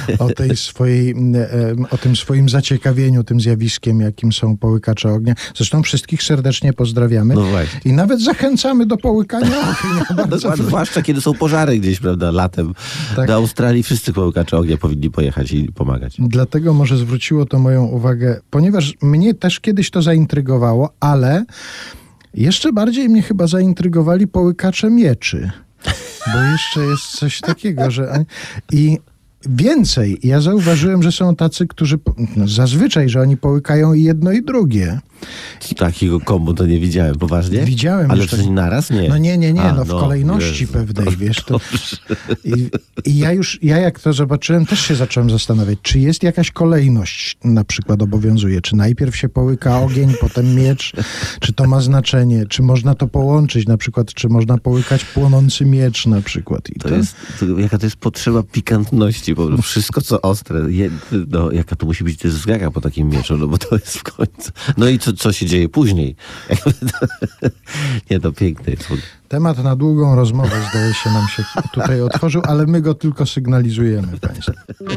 o tym swoim zaciekawieniu tym zjawiskiem, jakim są połykacze ognia. Zresztą wszystkich serdecznie pozdrawiamy. No właśnie. I nawet zachęcamy do połykania ognia. Bardzo Zwłaszcza kiedy są pożary gdzieś, prawda, latem. Tak. Do Australii wszyscy połykacze ognia powinni pojechać i pomagać. Dlatego może zwróciło to moją uwagę, ponieważ mnie też kiedyś to zaintrygowało, ale jeszcze bardziej mnie chyba zaintrygowali połykacze mieczy. Bo jeszcze jest coś takiego, że... I więcej, ja zauważyłem, że są tacy, którzy zazwyczaj, że oni połykają i jedno i drugie. Takiego kombo to nie widziałem, poważnie? Widziałem Ale już coś naraz? Nie. No nie, A, w kolejności Jezu. pewnej, wiesz. To... I ja jak to zobaczyłem, też się zacząłem zastanawiać, czy jest jakaś kolejność na przykład obowiązuje, czy najpierw się połyka ogień, potem miecz, czy to ma znaczenie, czy można to połączyć, na przykład, czy można połykać płonący miecz na przykład. I Jaka to jest potrzeba pikantności, po prostu wszystko co ostre. Jaka to musi być też zgaga po takim mieczu, no bo to jest w końcu. No i co się dzieje później? Nie, to piękne jest. temat na długą rozmowę, zdaje się, nam się tutaj otworzył, ale my go tylko sygnalizujemy państwu.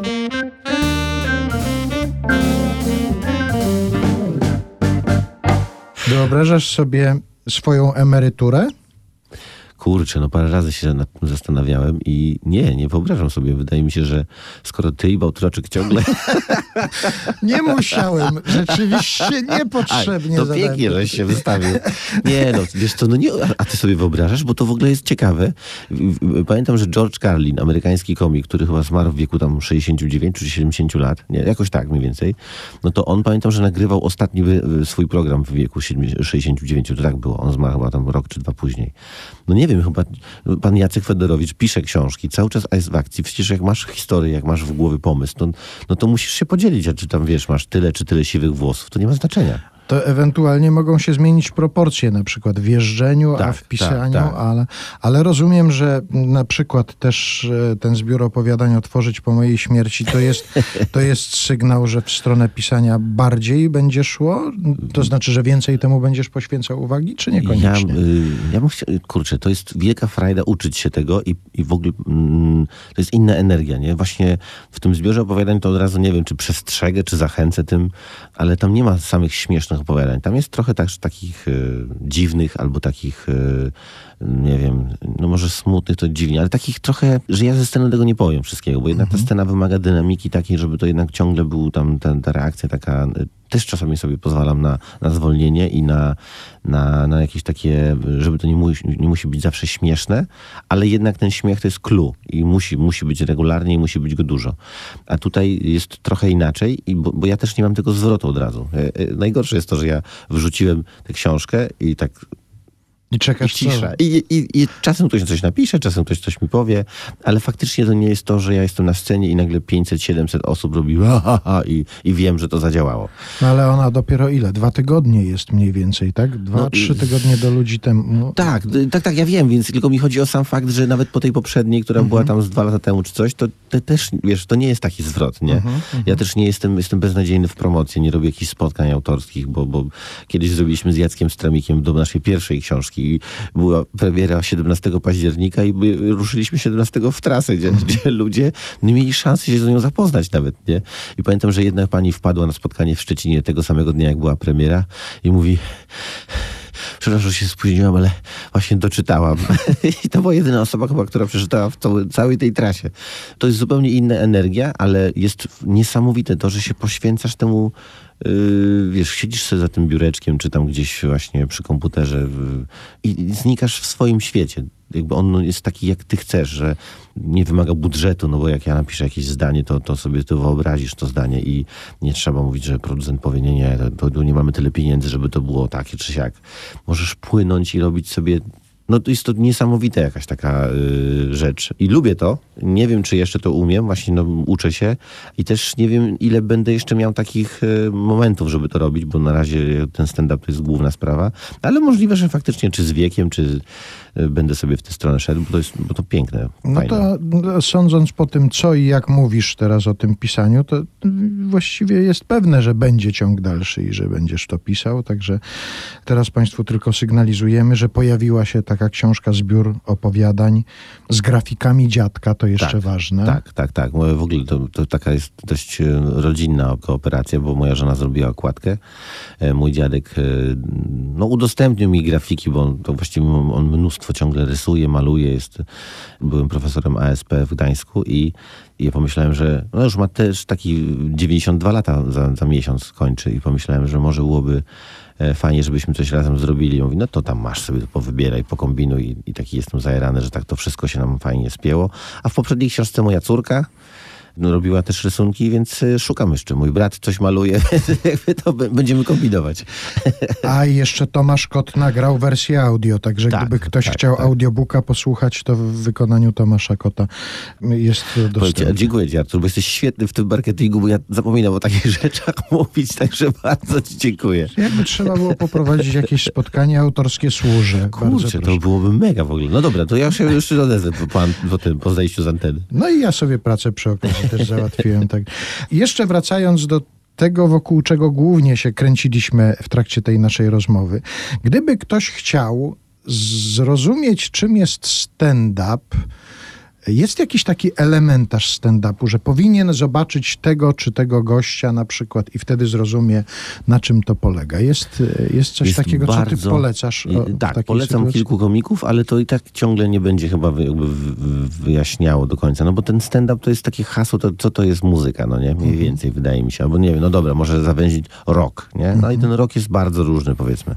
Wyobrażasz sobie swoją emeryturę? Kurczę, no parę razy się nad tym zastanawiałem i nie wyobrażam sobie. Wydaje mi się, że skoro ty i Bałtroczyk ciągle... Nie musiałem. Rzeczywiście niepotrzebnie to zadałem pięknie, to żeś się wystawił. Nie, no wiesz co, no nie, a ty sobie wyobrażasz, bo to w ogóle jest ciekawe. Pamiętam, że George Carlin, amerykański komik, który chyba zmarł w wieku tam 69 czy 70 lat, nie, jakoś tak mniej więcej, no to on pamiętam, że nagrywał ostatni swój program w wieku 69, to tak było. On zmarł chyba tam rok czy dwa później. No nie wiem, wiem, chyba pan Jacek Fedorowicz pisze książki, cały czas jest w akcji. Przecież jak masz historię, jak masz w głowie pomysł, no to musisz się podzielić, a czy tam, wiesz, masz tyle czy tyle siwych włosów, to nie ma znaczenia. To ewentualnie mogą się zmienić proporcje, na przykład w jeżdżeniu, a Tak, w pisaniu, tak. ale rozumiem, że na przykład też ten zbiór opowiadań Otworzyć po mojej śmierci to jest sygnał, że w stronę pisania bardziej będzie szło? To znaczy, że więcej temu będziesz poświęcał uwagi, czy niekoniecznie? Ja bym chciał, kurczę, to jest wielka frajda uczyć się tego i w ogóle to jest inna energia, nie? Właśnie w tym zbiorze opowiadań to od razu nie wiem, czy przestrzegę, czy zachęcę tym, ale tam nie ma samych śmiesznych opowiadań. Tam jest trochę takich dziwnych albo takich, nie wiem, no może smutnych to dziwnie, ale takich trochę, że ja ze sceny tego nie powiem wszystkiego, bo jednak ta scena wymaga dynamiki takiej, żeby to jednak ciągle był tam ta reakcja taka. Też czasami sobie pozwalam na zwolnienie i na jakieś takie, żeby to nie musi być zawsze śmieszne, ale jednak ten śmiech to jest clue i musi być regularnie i musi być go dużo. A tutaj jest trochę inaczej, bo ja też nie mam tego zwrotu od razu. Najgorsze jest to, że ja wrzuciłem tę książkę i tak... I czekasz cisza. I czasem ktoś coś napisze, czasem ktoś coś mi powie, ale faktycznie to nie jest to, że ja jestem na scenie i nagle 500-700 osób robi i wiem, że to zadziałało. No ale ona dopiero ile? 2 tygodnie jest mniej więcej, tak? 2-3 tygodnie do ludzi temu. Tak, ja wiem, więc tylko mi chodzi o sam fakt, że nawet po tej poprzedniej, która była tam z 2 lata temu czy coś, to też, wiesz, to nie jest taki zwrot, nie? Ja też nie jestem beznadziejny w promocji, nie robię jakichś spotkań autorskich, bo kiedyś zrobiliśmy z Jackiem Stramikiem do naszej pierwszej książki i była premiera 17 października i ruszyliśmy 17 w trasę, gdzie ludzie nie mieli szansy się z nią zapoznać nawet, nie? I pamiętam, że jedna pani wpadła na spotkanie w Szczecinie tego samego dnia, jak była premiera i mówi: przepraszam, że się spóźniłam, ale właśnie doczytałam. I to była jedyna osoba chyba, która przeczytała w całej tej trasie. To jest zupełnie inna energia, ale jest niesamowite to, że się poświęcasz temu, wiesz, siedzisz sobie za tym biureczkiem, czy tam gdzieś właśnie przy komputerze i znikasz w swoim świecie. Jakby on jest taki, jak ty chcesz, że nie wymaga budżetu, no bo jak ja napiszę jakieś zdanie, to sobie ty wyobrazisz to zdanie i nie trzeba mówić, że producent powie, nie, to nie mamy tyle pieniędzy, żeby to było takie czy siak. Możesz płynąć i robić sobie... No to jest to niesamowita jakaś taka rzecz. I lubię to. Nie wiem, czy jeszcze to umiem. Właśnie uczę się. I też nie wiem, ile będę jeszcze miał takich momentów, żeby to robić, bo na razie ten stand-up to jest główna sprawa. Ale możliwe, że faktycznie czy z wiekiem, czy będę sobie w tę stronę szedł, bo to piękne, fajne. No to sądząc po tym, co i jak mówisz teraz o tym pisaniu, to właściwie jest pewne, że będzie ciąg dalszy i że będziesz to pisał. Także teraz Państwu tylko sygnalizujemy, że pojawiła się taka książka, zbiór opowiadań z grafikami dziadka, to jeszcze ważne. Tak. W ogóle to taka jest dość rodzinna kooperacja, bo moja żona zrobiła okładkę. Mój dziadek udostępnił mi grafiki, bo to właściwie on mnóstwo ciągle rysuje, maluje. Byłem profesorem ASP w Gdańsku i ja pomyślałem, że już ma też taki 92 lata za miesiąc kończy i pomyślałem, że może byłoby fajnie, żebyśmy coś razem zrobili. I mówi, no to tam masz sobie, powybieraj, pokombinuj i taki jestem zajarany, że tak to wszystko się nam fajnie spięło. A w poprzedniej książce moja córka robiła też rysunki, więc szukam jeszcze. Mój brat coś maluje, jakby to będziemy kombinować. A jeszcze Tomasz Kot nagrał wersję audio, także gdyby ktoś chciał audiobooka posłuchać, to w wykonaniu Tomasza Kota jest dostępny. Dziękuję Ci, Artur, bo jesteś świetny w tym marketingu, bo ja zapominam o takich rzeczach mówić, także bardzo Ci dziękuję. Jakby trzeba było poprowadzić jakieś spotkanie autorskie, służę. Kurczę, to byłoby mega w ogóle. No dobra, to ja się już odezwę po zejściu z anteny. No i ja sobie pracę przy okazji też załatwiłem. Tak. Jeszcze wracając do tego, wokół czego głównie się kręciliśmy w trakcie tej naszej rozmowy. Gdyby ktoś chciał zrozumieć, czym jest stand-up, jest jakiś taki elementarz stand-upu, że powinien zobaczyć tego czy tego gościa na przykład i wtedy zrozumie, na czym to polega. Jest coś takiego, co ty polecasz? Tak, polecam sytuacji? Kilku komików, ale to i tak ciągle nie będzie chyba wyjaśniało do końca, no bo ten stand-up to jest takie hasło, co to jest muzyka, no nie? Mniej więcej wydaje mi się, albo nie wiem, no dobra, może zawęzić rock, nie? No i ten rock jest bardzo różny, powiedzmy.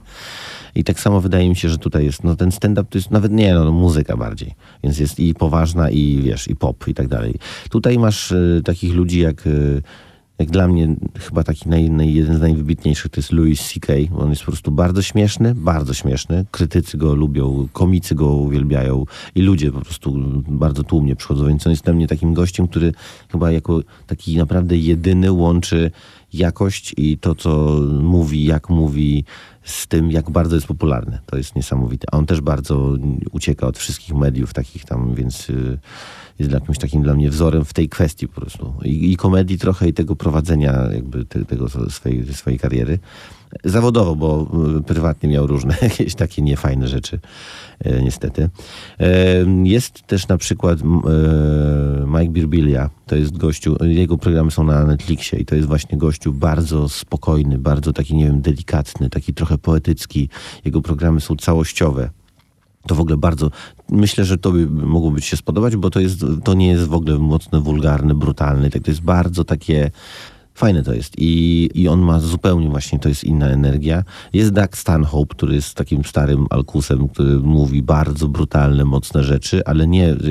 I tak samo wydaje mi się, że tutaj jest, ten stand-up to jest nawet muzyka bardziej. Więc jest i poważna, i wiesz, i pop, i tak dalej. Tutaj masz takich ludzi jak Jak dla mnie chyba taki jeden z najwybitniejszych to jest Louis C.K. On jest po prostu bardzo śmieszny. Krytycy go lubią, komicy go uwielbiają i ludzie po prostu bardzo tłumnie przychodzą. Więc on jest dla mnie takim gościem, który chyba jako taki naprawdę jedyny łączy jakość i to, co mówi, jak mówi, z tym, jak bardzo jest popularny. To jest niesamowite. A on też bardzo ucieka od wszystkich mediów takich tam, więc jest jakimś takim dla mnie wzorem w tej kwestii po prostu. I komedii trochę, i tego prowadzenia jakby tego swojej kariery. Zawodowo, bo prywatnie miał różne jakieś takie niefajne rzeczy, niestety. Jest też na przykład Mike Birbiglia. To jest gościu, jego programy są na Netflixie i to jest właśnie gościu bardzo spokojny, bardzo taki, nie wiem, delikatny, taki trochę poetycki. Jego programy są całościowe. To w ogóle bardzo, myślę, że tobie mogłoby ci się spodobać, bo to nie jest w ogóle mocno wulgarny, brutalny. Tak, to jest bardzo takie, fajne to jest. I on ma zupełnie właśnie, to jest inna energia. Jest Doug Stanhope, który jest takim starym alkusem, który mówi bardzo brutalne, mocne rzeczy, ale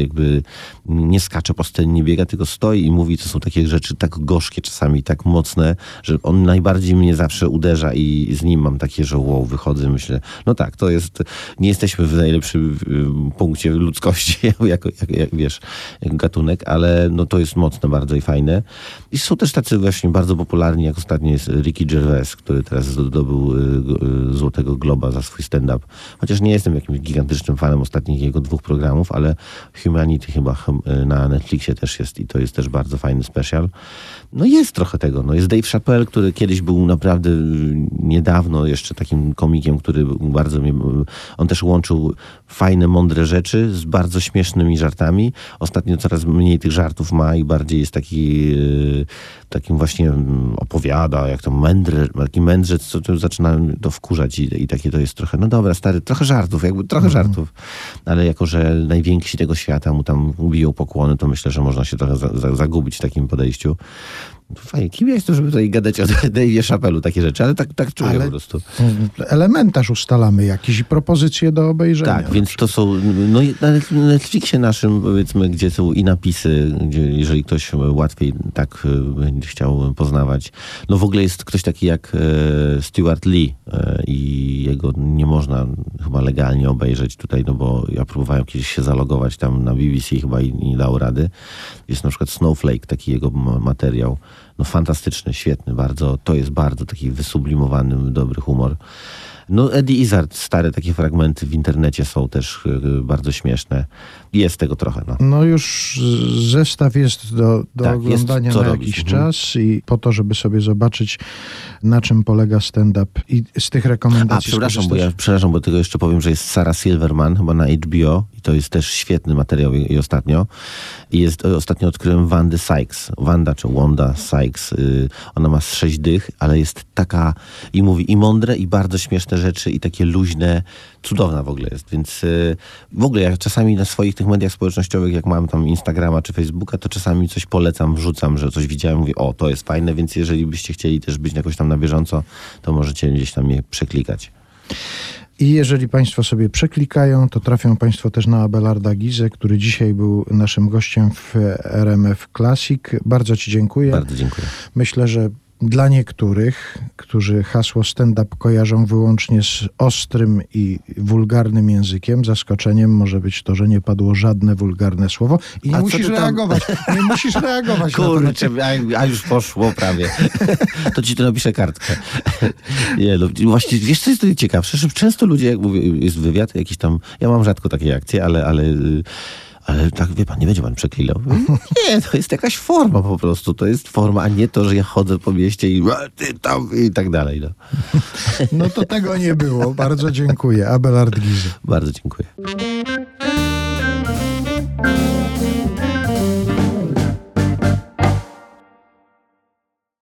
nie skacze po scenie, nie biega, tylko stoi i mówi, to są takie rzeczy tak gorzkie czasami, tak mocne, że on najbardziej mnie zawsze uderza i z nim mam takie, że wow, wychodzę, myślę, no tak, to jest, nie jesteśmy w najlepszym punkcie ludzkości, jak wiesz, jak gatunek, ale no to jest mocne bardzo i fajne. I są też tacy właśnie bardzo popularni, jak ostatnio jest Ricky Gervais, który teraz zdobył Złotego Globa za swój stand-up. Chociaż nie jestem jakimś gigantycznym fanem ostatnich jego 2 programów, ale Humanity chyba na Netflixie też jest i to jest też bardzo fajny special. No jest trochę tego. No jest Dave Chappelle, który kiedyś był naprawdę niedawno jeszcze takim komikiem, który bardzo on też łączył fajne, mądre rzeczy z bardzo śmiesznymi żartami. Ostatnio coraz mniej tych żartów ma i bardziej jest takim właśnie opowiada, jak to taki mędrzec, co zaczyna to wkurzać i takie to jest trochę, no dobra, stary, trochę żartów, żartów. Ale jako, że najwięksi tego świata mu tam biją pokłony, to myślę, że można się trochę zagubić w takim podejściu. Fajnie, kim ja jestem, żeby tutaj gadać o Dave'ie Chappelle'u takie rzeczy, ale tak czuję po prostu. Elementarz ustalamy jakieś propozycje do obejrzenia. Tak, więc to są, no na Netflixie naszym, powiedzmy, gdzie są i napisy, gdzie jeżeli ktoś łatwiej tak będzie chciał poznawać. No w ogóle jest ktoś taki jak Stuart Lee i jego nie można chyba legalnie obejrzeć tutaj, no bo ja próbowałem kiedyś się zalogować tam na BBC chyba i nie dało rady. Jest na przykład Snowflake, taki jego materiał. No fantastyczny, świetny, bardzo, to jest bardzo taki wysublimowany, dobry humor. No Eddie Izzard, stare takie fragmenty w internecie są też bardzo śmieszne. Jest tego trochę, no. No już zestaw jest do tak, oglądania jest, na robić. jakiś czas i po to, żeby sobie zobaczyć, na czym polega stand-up i z tych rekomendacji przepraszam, bo tylko jeszcze powiem, że jest Sarah Silverman chyba na HBO i to jest też świetny materiał i ostatnio. I ostatnio odkryłem Wandę Sykes. Wanda Sykes. Ona ma 6 dych, ale jest taka i mówi i mądre, i bardzo śmieszne rzeczy i takie luźne, cudowna w ogóle jest. Więc w ogóle ja czasami na swoich tych mediach społecznościowych, jak mam tam Instagrama czy Facebooka, to czasami coś polecam, wrzucam, że coś widziałem, mówię, o, to jest fajne, więc jeżeli byście chcieli też być jakoś tam na bieżąco, to możecie gdzieś tam je przeklikać. I jeżeli Państwo sobie przeklikają, to trafią Państwo też na Abelarda Gizę, który dzisiaj był naszym gościem w RMF Classic. Bardzo Ci dziękuję. Bardzo dziękuję. Myślę, że dla niektórych, którzy hasło stand-up kojarzą wyłącznie z ostrym i wulgarnym językiem, zaskoczeniem może być to, że nie padło żadne wulgarne słowo i nie musisz reagować. Nie musisz reagować. Kurczę, a już poszło prawie. To ci to napiszę kartkę. Nie, no, właśnie, wiesz co jest ciekawsze, że często ludzie, jak mówię, jest wywiad jakiś tam, ja mam rzadko takie akcje, ale tak, wie pan, nie będzie pan przeklinał. Nie, to jest jakaś forma po prostu. To jest forma, a nie to, że ja chodzę po mieście i ty tam i tak dalej. No, no to tego nie było. Bardzo dziękuję. Abelard Giza. Bardzo dziękuję.